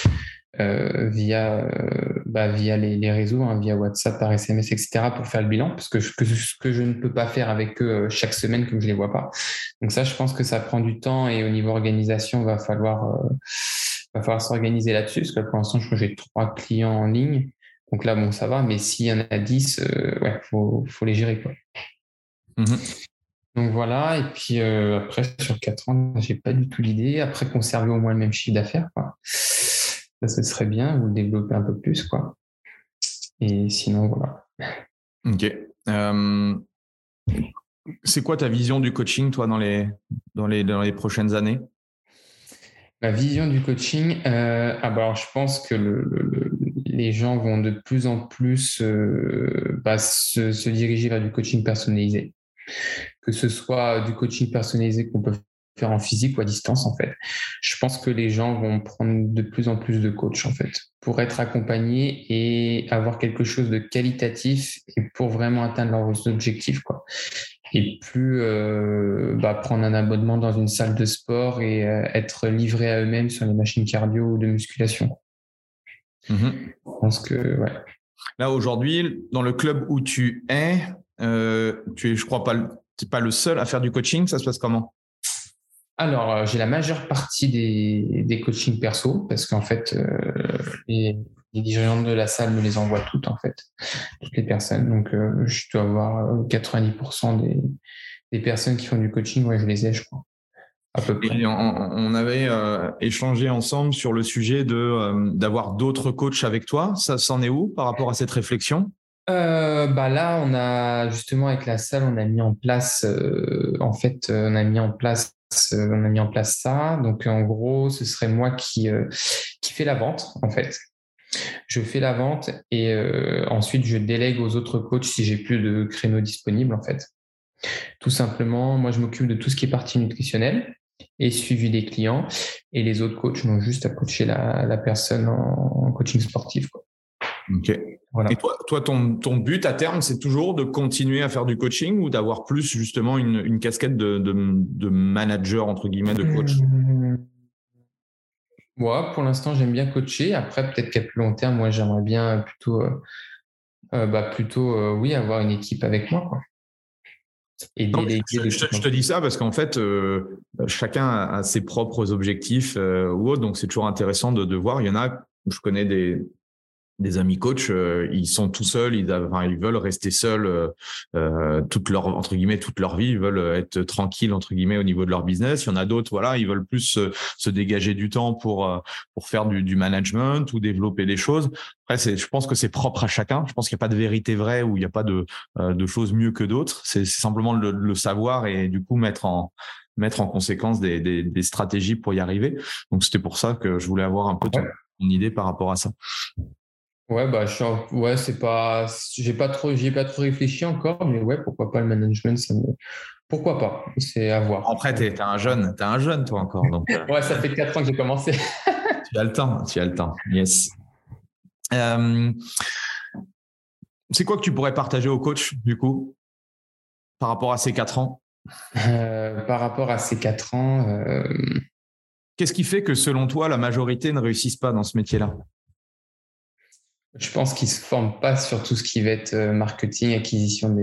via les réseaux, hein, via WhatsApp, par SMS, etc., pour faire le bilan, parce que ce que je ne peux pas faire avec eux chaque semaine, comme je les vois pas. Donc ça, je pense que ça prend du temps, et au niveau organisation, va falloir s'organiser là-dessus, parce que pour l'instant, je crois que j'ai 3 clients en ligne. Donc là, bon, ça va, mais s'il y en a 10, faut les gérer, quoi. Mm-hmm. Donc voilà, et puis après, sur 4 ans, j'ai pas du tout l'idée. Après, conserver au moins le même chiffre d'affaires, quoi. Ça, ce serait bien, ou le développer un peu plus, quoi. Et sinon, voilà. Ok. C'est quoi ta vision du coaching, toi, dans les prochaines années? Ma vision du coaching, alors je pense que les gens vont de plus en plus se diriger vers du coaching personnalisé. Que ce soit du coaching personnalisé qu'on peut faire en physique ou à distance, en fait. Je pense que les gens vont prendre de plus en plus de coachs, en fait, pour être accompagnés et avoir quelque chose de qualitatif et pour vraiment atteindre leurs objectifs, quoi. Et plus prendre un abonnement dans une salle de sport et être livré à eux-mêmes sur les machines cardio ou de musculation. Mm-hmm. Je pense que, ouais. Là, aujourd'hui, dans le club où tu es, tu es, je crois, pas le seul à faire du coaching. Ça se passe comment? Alors, j'ai la majeure partie des coachings perso, parce qu'en fait, les dirigeants de la salle me les envoient toutes, en fait, toutes les personnes. Donc, je dois avoir 90% des personnes qui font du coaching, ouais, je les ai, je crois, à peu près. Et on avait échangé ensemble sur le sujet d'avoir d'autres coachs avec toi. Ça s'en est où par rapport à cette réflexion? Là, on a justement avec la salle, on a mis en place, on a mis en place ça. Donc, en gros, ce serait moi qui fait la vente, en fait. Je fais la vente et ensuite je délègue aux autres coachs si j'ai plus de créneaux disponibles, en fait. Tout simplement, moi, je m'occupe de tout ce qui est partie nutritionnelle et suivi des clients, et les autres coachs n'ont juste à coacher la personne en coaching sportif, quoi. Ok. Voilà. Et toi, ton but à terme, c'est toujours de continuer à faire du coaching ou d'avoir plus justement une casquette de manager, entre guillemets, de coach? Moi, pour l'instant, j'aime bien coacher. Après, peut-être qu'à plus long terme, moi, j'aimerais bien oui, avoir une équipe avec moi, quoi. Et Non, déléguer je te dis ça parce qu'en fait, chacun a ses propres objectifs ou autres, donc c'est toujours intéressant de voir. Il y en a, je connais des amis coachs, ils sont tout seuls, ils veulent rester seuls toute leur vie, ils veulent être tranquilles entre guillemets au niveau de leur business. Il y en a d'autres, voilà, ils veulent plus se dégager du temps pour faire du management ou développer des choses. Après, je pense que c'est propre à chacun. Je pense qu'il n'y a pas de vérité vraie ou il n'y a pas de choses mieux que d'autres. C'est simplement le savoir et du coup mettre en conséquence des stratégies pour y arriver. Donc c'était pour ça que je voulais avoir un peu ton idée par rapport à ça. Ouais, bah, c'est pas, j'y ai pas trop réfléchi encore, mais ouais, pourquoi pas le management, pourquoi pas, c'est à voir. Après, t'es un jeune, toi encore. Donc, ouais, ça fait 4 ans que j'ai commencé. tu as le temps, yes. C'est quoi que tu pourrais partager au coach, du coup, par rapport à ces 4 ans? Par rapport à ces 4 ans, qu'est-ce qui fait que, selon toi, la majorité ne réussissent pas dans ce métier-là? Je pense qu'ils ne se forment pas sur tout ce qui va être marketing, acquisition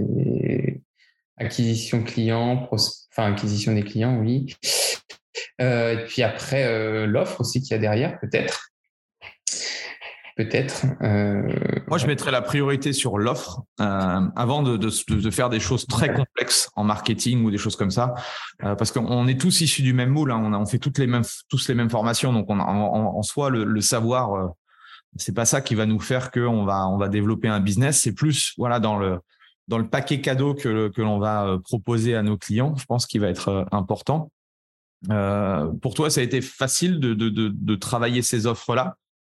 clients, acquisition des clients, oui. Et puis après, l'offre aussi qu'il y a derrière, peut-être. Moi, je mettrais la priorité sur l'offre avant de faire des choses très complexes en marketing ou des choses comme ça, parce qu'on est tous issus du même moule. Hein, on fait tous les mêmes formations, donc en soi, le savoir, c'est pas ça qui va nous faire qu'on va développer un business. C'est plus dans le paquet cadeau que l'on va proposer à nos clients. Je pense qu'il va être important. Pour toi, ça a été facile de travailler ces offres-là?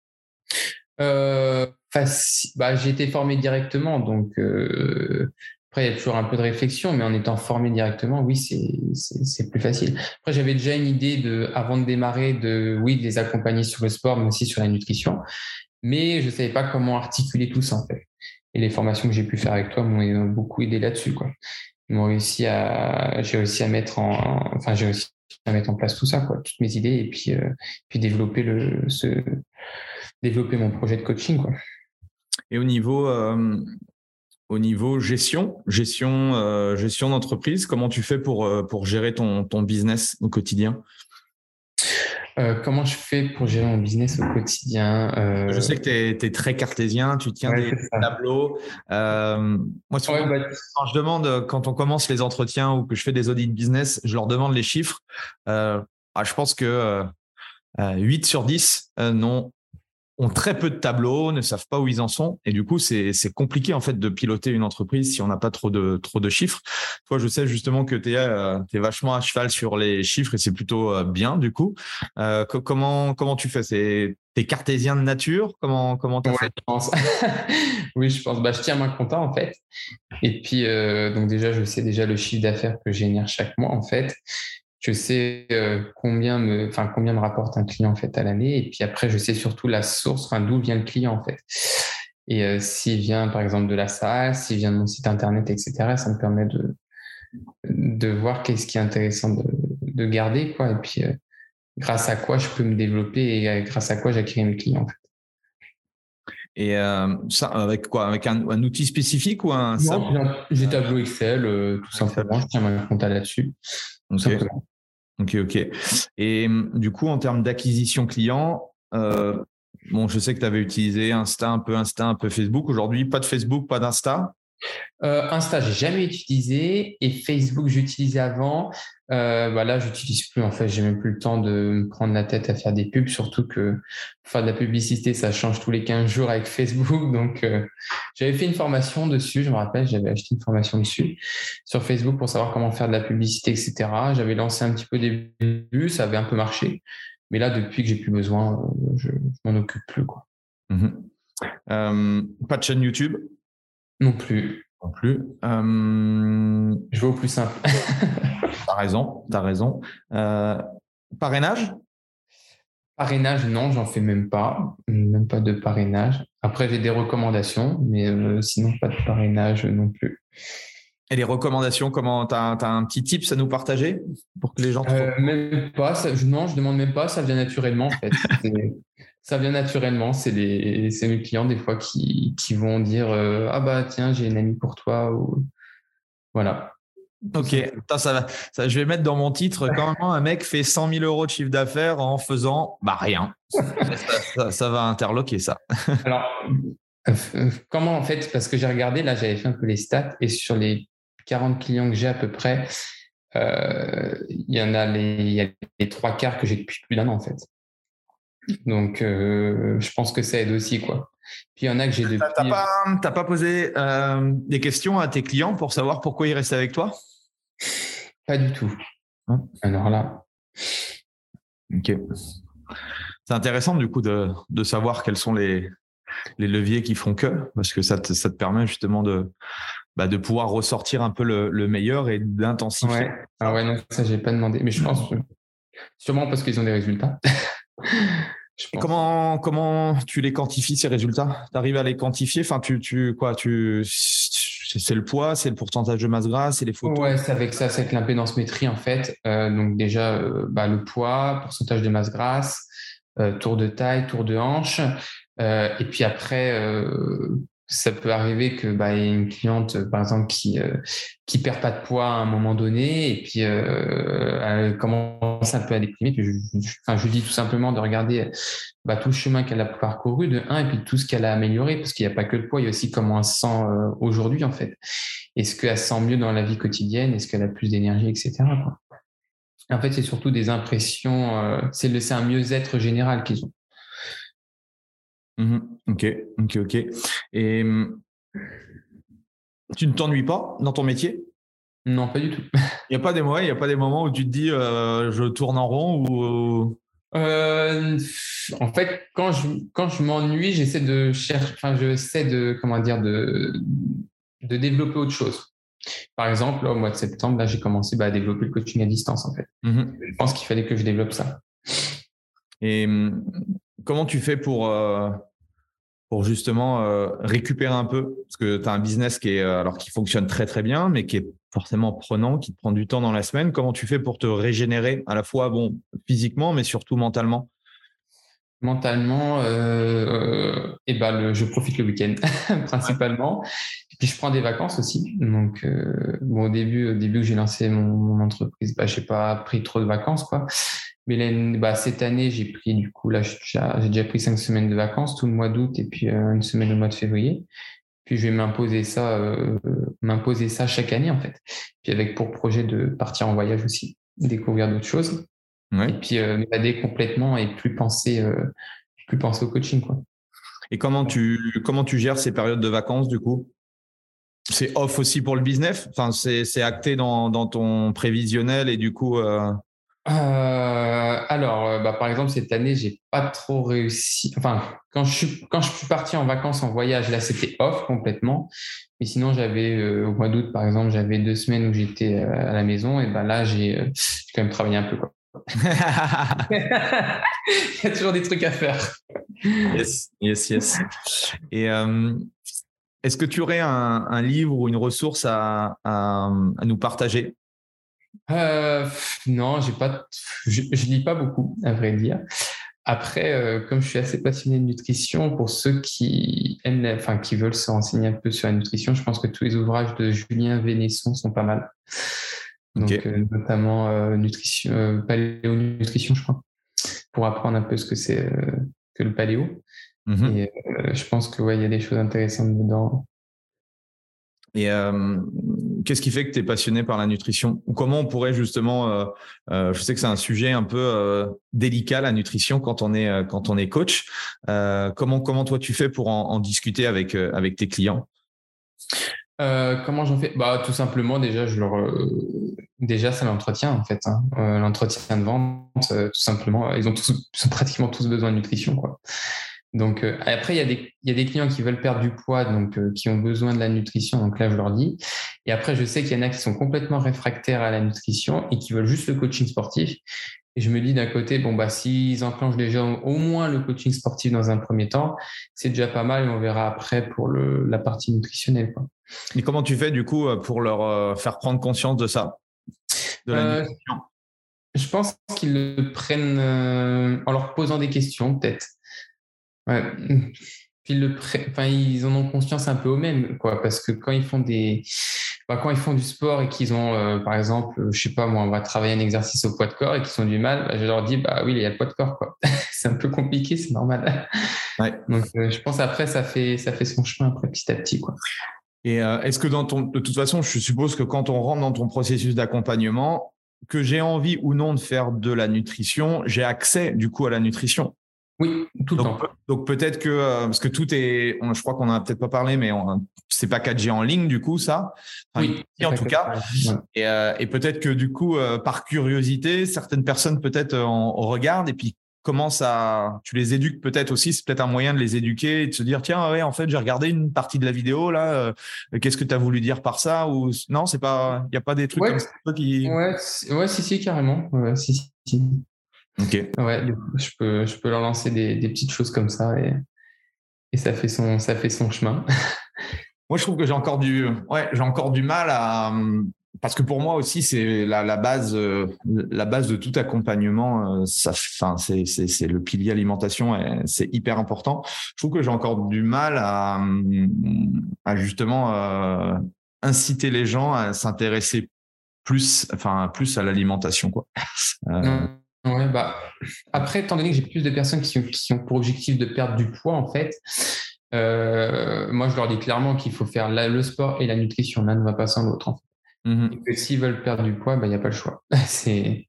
J'ai été formé directement, donc après il y a toujours un peu de réflexion, mais en étant formé directement, oui, c'est plus facile. Après, j'avais déjà une idée avant de démarrer de les accompagner sur le sport, mais aussi sur la nutrition, mais je savais pas comment articuler tout ça en fait. Et les formations que j'ai pu faire avec toi m'ont beaucoup aidé là-dessus, quoi. J'ai réussi à mettre en place tout ça, quoi, toutes mes idées, et puis développer mon projet de coaching, quoi. Et au niveau gestion d'entreprise, comment tu fais pour gérer ton business au quotidien? Comment je fais pour gérer mon business au quotidien? Je sais que tu es très cartésien, tu tiens des tableaux. Moi, souvent, quand je demande, quand on commence les entretiens ou que je fais des audits business, je leur demande les chiffres. Je pense que 8 sur 10 ont très peu de tableaux, ne savent pas où ils en sont. Et du coup, c'est compliqué en fait de piloter une entreprise si on n'a pas trop de chiffres. Toi, je sais justement que tu es vachement à cheval sur les chiffres et c'est plutôt bien du coup. Comment tu fais? T'es cartésien de nature? Comment t'as fait? Je pense. Oui, je pense. Je tiens ma compta en fait. Et puis, donc déjà, je sais déjà le chiffre d'affaires que je génère chaque mois en fait. Je sais combien me rapporte un client en fait à l'année, et puis après je sais surtout la source, d'où vient le client en fait. Et s'il vient par exemple de la salle, s'il vient de mon site internet, etc., ça me permet de voir qu'est-ce qui est intéressant de garder, quoi. Et puis grâce à quoi je peux me développer et grâce à quoi j'acquéris mes clients en fait. Et ça, avec quoi? Avec un outil spécifique ou un simple? Non, j'ai tableau Excel, tout simplement. Je tiens ma compta là-dessus. Okay. Ok. Et du coup, en termes d'acquisition client, je sais que tu avais utilisé Insta, un peu Facebook. Aujourd'hui, pas de Facebook, pas d'Insta? Insta, j'ai jamais utilisé, et Facebook, j'utilisais avant. Là, j'utilise plus. En fait, j'ai même plus le temps de me prendre la tête à faire des pubs, surtout que pour faire de la publicité, ça change tous les 15 jours avec Facebook. Donc, j'avais fait une formation dessus. Je me rappelle, j'avais acheté une formation dessus sur Facebook pour savoir comment faire de la publicité, etc. J'avais lancé un petit peu au début, ça avait un peu marché. Mais là, depuis que j'ai plus besoin, je m'en occupe plus, quoi. Pas de chaîne YouTube? Non plus. Je vais au plus simple. T'as raison. Parrainage? Parrainage, non, j'en fais même pas. Même pas de parrainage. Après, j'ai des recommandations, mais sinon, pas de parrainage non plus. Et les recommandations, comment t'as un petit tips à nous partager pour que les gens même pas, non, je demande même pas, ça vient naturellement en fait. Ça vient naturellement, c'est mes clients des fois qui vont dire ah bah tiens, j'ai une amie pour toi, ou voilà. Ok, putain, je vais mettre dans mon titre comment un mec fait 100 000 euros de chiffre d'affaires en faisant rien. Ça va interloquer ça. Alors, comment en fait, parce que j'ai regardé, là j'avais fait un peu les stats et sur les 40 clients que j'ai à peu près, il y a les trois quarts que j'ai depuis plus d'un an en fait. Donc, je pense que ça aide aussi, quoi. Puis il y en a que j'ai depuis. T'as pas posé des questions à tes clients pour savoir pourquoi ils restent avec toi? Pas du tout. Alors là. Ok. C'est intéressant du coup de savoir quels sont les leviers qui font que, parce que ça te permet justement de pouvoir ressortir un peu le meilleur et d'intensifier. Ouais. Ah ouais, non, ça j'ai pas demandé, mais je pense sûrement parce qu'ils ont des résultats. Et comment tu les quantifies ces résultats? Tu arrives à les quantifier? Enfin, c'est le poids, c'est le pourcentage de masse grasse, c'est les photos? Ouais, c'est avec l'impédance-métrie en fait. Donc déjà, le poids, pourcentage de masse grasse, tour de taille, tour de hanche. Et puis après, ça peut arriver que y ait une cliente, par exemple, qui perd pas de poids à un moment donné, et puis elle commence un peu à déprimer. Puis je lui dis tout simplement de regarder tout le chemin qu'elle a parcouru de un, et puis tout ce qu'elle a amélioré, parce qu'il n'y a pas que le poids, il y a aussi comment elle se sent aujourd'hui en fait. Est-ce qu'elle se sent mieux dans la vie quotidienne? Est-ce qu'elle a plus d'énergie, etc., quoi. En fait, c'est surtout des impressions, c'est un mieux-être général qu'ils ont. Ok. Et tu ne t'ennuies pas dans ton métier? Non, pas du tout. Il n'y a pas des moments où tu te dis je tourne en rond ou... En fait, quand je m'ennuie, j'essaie de développer autre chose. Par exemple, au mois de septembre, là, j'ai commencé à développer le coaching à distance, en fait. Je pense qu'il fallait que je développe ça. Et comment tu fais pour justement récupérer un peu? Parce que tu as un business qui fonctionne très, très bien, mais qui est forcément prenant, qui te prend du temps dans la semaine. Comment tu fais pour te régénérer à la fois physiquement, mais surtout mentalement? Mentalement, je profite le week-end principalement. Et puis je prends des vacances aussi. Donc, au début que j'ai lancé mon entreprise, j'ai pas pris trop de vacances, quoi. Mais cette année, j'ai pris du coup là, j'ai déjà pris 5 semaines de vacances, tout le mois d'août et puis une semaine au mois de février. Puis je vais m'imposer ça chaque année en fait. Puis avec pour projet de partir en voyage aussi, découvrir d'autres choses. Ouais. Et puis m'évader complètement et plus penser au coaching, quoi. Et comment tu gères ces périodes de vacances du coup? C'est off aussi pour le business? Enfin, c'est acté dans ton prévisionnel et du coup. Par exemple, cette année, j'ai pas trop réussi. Enfin, quand je suis parti en vacances, en voyage, là, c'était off complètement. Mais sinon, j'avais au mois d'août, par exemple, j'avais 2 semaines où j'étais à la maison. Et là, j'ai quand même travaillé un peu, quoi. Il y a toujours des trucs à faire. Yes. Et est-ce que tu aurais un livre ou une ressource à nous partager? Non, je lis pas beaucoup, à vrai dire. Après, comme je suis assez passionné de nutrition, pour ceux qui aiment, qui veulent se renseigner un peu sur la nutrition, je pense que tous les ouvrages de Julien Vénesson sont pas mal. Donc, notamment nutrition, paléo-nutrition, je crois, pour apprendre un peu ce que c'est que le paléo. Et je pense que il y a des choses intéressantes dedans. Et qu'est-ce qui fait que tu es passionné par la nutrition? Ou comment on pourrait justement, je sais que c'est un sujet un peu délicat, la nutrition, quand on est coach. Comment toi tu fais pour en discuter avec tes clients? Comment j'en fais? Tout simplement, déjà, déjà, c'est l'entretien, en fait. L'entretien de vente, tout simplement, ils ont pratiquement tous besoin de nutrition, quoi. Donc, après, il y a des clients qui veulent perdre du poids, donc qui ont besoin de la nutrition. Donc là, je leur dis. Et après, je sais qu'il y en a qui sont complètement réfractaires à la nutrition et qui veulent juste le coaching sportif. Et je me dis d'un côté, s'ils enclenchent déjà au moins le coaching sportif dans un premier temps, c'est déjà pas mal et on verra après pour la partie nutritionnelle, quoi. Et comment tu fais du coup pour leur faire prendre conscience de ça, de la nutrition? Je pense qu'ils le prennent en leur posant des questions, peut-être. Ouais. Puis ils en ont conscience un peu eux-mêmes, quoi, parce que quand quand ils font du sport et qu'ils ont, par exemple, je sais pas moi, on va travailler un exercice au poids de corps et qu'ils ont du mal, je leur dis, bah oui, il y a le poids de corps, quoi. C'est un peu compliqué, c'est normal. Ouais. Donc, je pense après, ça fait son chemin après, petit à petit, quoi. Et est-ce que de toute façon, je suppose que quand on rentre dans ton processus d'accompagnement, que j'ai envie ou non de faire de la nutrition, j'ai accès du coup à la nutrition. Oui, tout le temps. Donc peut-être que parce que tout est, je crois qu'on en a peut-être pas parlé, mais c'est pas 4G en ligne du coup ça. Enfin, oui, en tout cas. Et peut-être que du coup par curiosité, certaines personnes peut-être en regardent et puis tu les éduques peut-être aussi. C'est peut-être un moyen de les éduquer et de se dire tiens ouais en fait j'ai regardé une partie de la vidéo là. Qu'est-ce que tu as voulu dire par ça ou non c'est pas il y a pas des trucs comme ça qui. Ouais, si carrément. Ouais, si. Ok. Ouais, du coup, je peux leur lancer des petites choses comme ça et ça fait son chemin. Moi, je trouve que j'ai encore du mal à, parce que pour moi aussi, c'est la base de tout accompagnement. C'est le pilier alimentation et c'est hyper important. Je trouve que j'ai encore du mal à justement inciter les gens à s'intéresser plus à l'alimentation, quoi. Ouais, après, étant donné que j'ai plus de personnes qui ont pour objectif de perdre du poids, en fait, moi, je leur dis clairement qu'il faut faire le sport et la nutrition. L'un ne va pas sans l'autre, en fait. Mm-hmm. Et que s'ils veulent perdre du poids, il n'y a pas le choix. C'est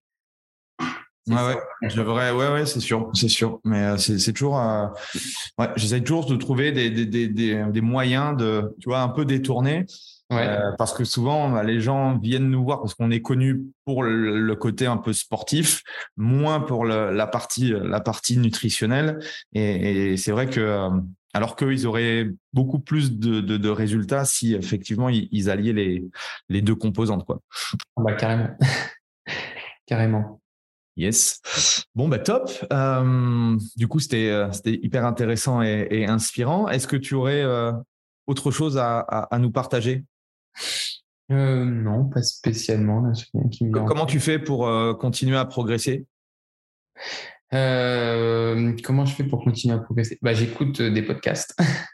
ouais, c'est sûr. Mais c'est toujours, j'essaie toujours de trouver des moyens de, tu vois, un peu détourner. Ouais. Parce que souvent, les gens viennent nous voir parce qu'on est connu pour le côté un peu sportif, moins pour la partie nutritionnelle. Et c'est vrai que, alors qu'eux, ils auraient beaucoup plus de résultats si effectivement ils alliaient les deux composantes, quoi. Carrément. Carrément. Yes. Bon, top. Du coup, c'était hyper intéressant et inspirant. Est-ce que tu aurais autre chose à nous partager? Non, pas spécialement. Là, Comment tu fais pour continuer à progresser? Comment je fais pour continuer à progresser? J'écoute des podcasts.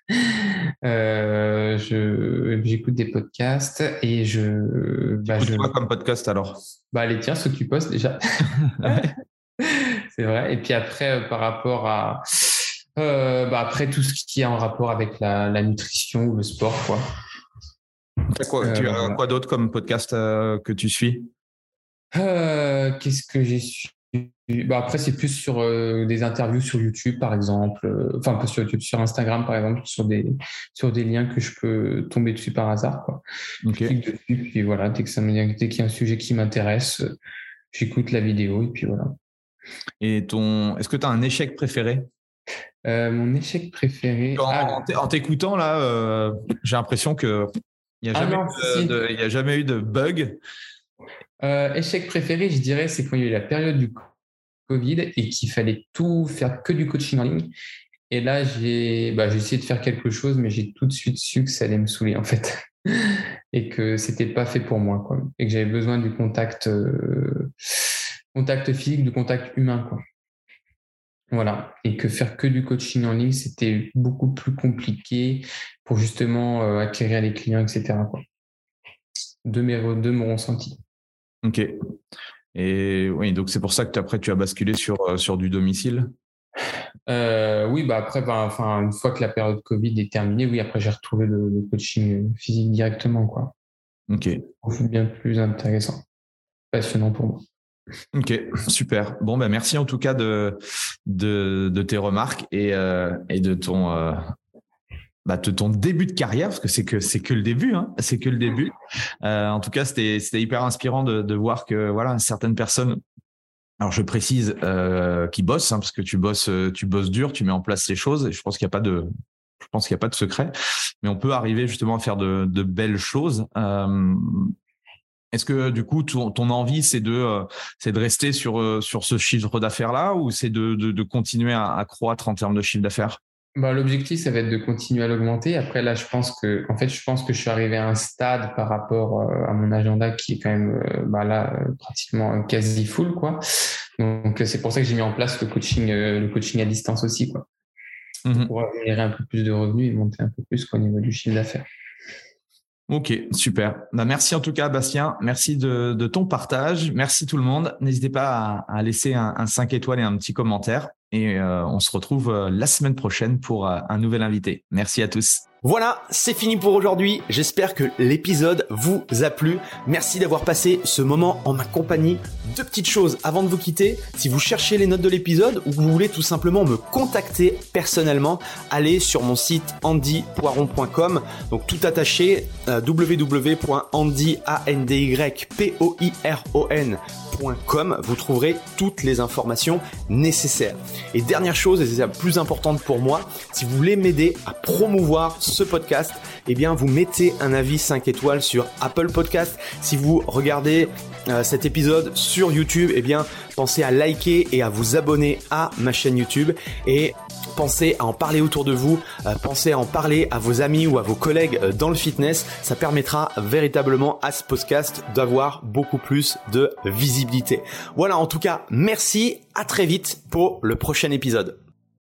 J'écoute des podcasts et Écoute quoi comme podcast alors? Les tiens, ceux que tu postes déjà. C'est vrai. Et puis après, par rapport à après tout ce qui est en rapport avec la nutrition ou le sport, quoi. Tu as quoi d'autre comme podcast que tu suis? Qu'est-ce que j'ai su? Après, c'est plus sur des interviews sur YouTube, par exemple. Enfin, pas sur YouTube, sur Instagram, par exemple, sur des liens que je peux tomber dessus par hasard, quoi. Okay. Je clique dessus, puis voilà, dès qu'il y a un sujet qui m'intéresse, j'écoute la vidéo, et puis voilà. Et est-ce que tu as un échec préféré? Mon échec préféré. En t'écoutant, là, j'ai l'impression qu'il n'y a jamais eu de bug. Échec préféré, je dirais, c'est quand il y a eu la période du Covid et qu'il fallait tout faire que du coaching en ligne. Et là, j'ai essayé de faire quelque chose, mais j'ai tout de suite su que ça allait me saouler, en fait. Et que c'était pas fait pour moi, quoi. Et que j'avais besoin du contact physique, du contact humain, quoi. Voilà. Et que faire que du coaching en ligne, c'était beaucoup plus compliqué pour justement acquérir les clients, etc., quoi. De mon ressenti. Ok. Et oui, donc c'est pour ça que après tu as basculé sur du domicile. Oui, après, une fois que la période Covid est terminée, oui, après j'ai retrouvé le coaching physique directement, quoi. Ok. C'est bien plus intéressant, passionnant pour moi. Ok, super. Bon, merci en tout cas de tes remarques et de ton début de carrière, parce que c'est que le début, hein, c'est que le début. En tout cas, c'était hyper inspirant de voir que voilà, certaines personnes. Alors je précise qui bossent, hein, parce que tu bosses dur, tu mets en place ces choses. Et je pense qu'il n'y a pas de secret, mais on peut arriver justement à faire de belles choses. Est-ce que du coup ton envie c'est de rester sur ce chiffre d'affaires là ou c'est de continuer à croître en termes de chiffre d'affaires? L'objectif, ça va être de continuer à l'augmenter. Après, là, je pense que je suis arrivé à un stade par rapport à mon agenda qui est quand même pratiquement quasi full, quoi. Donc, c'est pour ça que j'ai mis en place le coaching à distance aussi, quoi. Pour pouvoir générer un peu plus de revenus et monter un peu plus au niveau du chiffre d'affaires. Ok, super. Merci en tout cas, Bastien. Merci de ton partage. Merci tout le monde. N'hésitez pas à laisser un 5 étoiles et un petit commentaire. Et on se retrouve la semaine prochaine pour un nouvel invité. Merci à tous. Voilà, c'est fini pour aujourd'hui. J'espère que l'épisode vous a plu. Merci d'avoir passé ce moment en ma compagnie. 2 petites choses avant de vous quitter. Si vous cherchez les notes de l'épisode ou que vous voulez tout simplement me contacter personnellement, allez sur mon site andypoiron.com. Donc tout attaché, www.andypoiron.com. Vous trouverez toutes les informations nécessaires. Et dernière chose, et c'est la plus importante pour moi, si vous voulez m'aider à promouvoir ce podcast, eh bien vous mettez un avis 5 étoiles sur Apple Podcast. Si vous regardez cet épisode sur YouTube, eh bien pensez à liker et à vous abonner à ma chaîne YouTube et pensez à en parler autour de vous, pensez à en parler à vos amis ou à vos collègues dans le fitness. Ça permettra véritablement à ce podcast d'avoir beaucoup plus de visibilité. Voilà, en tout cas, merci, à très vite pour le prochain épisode.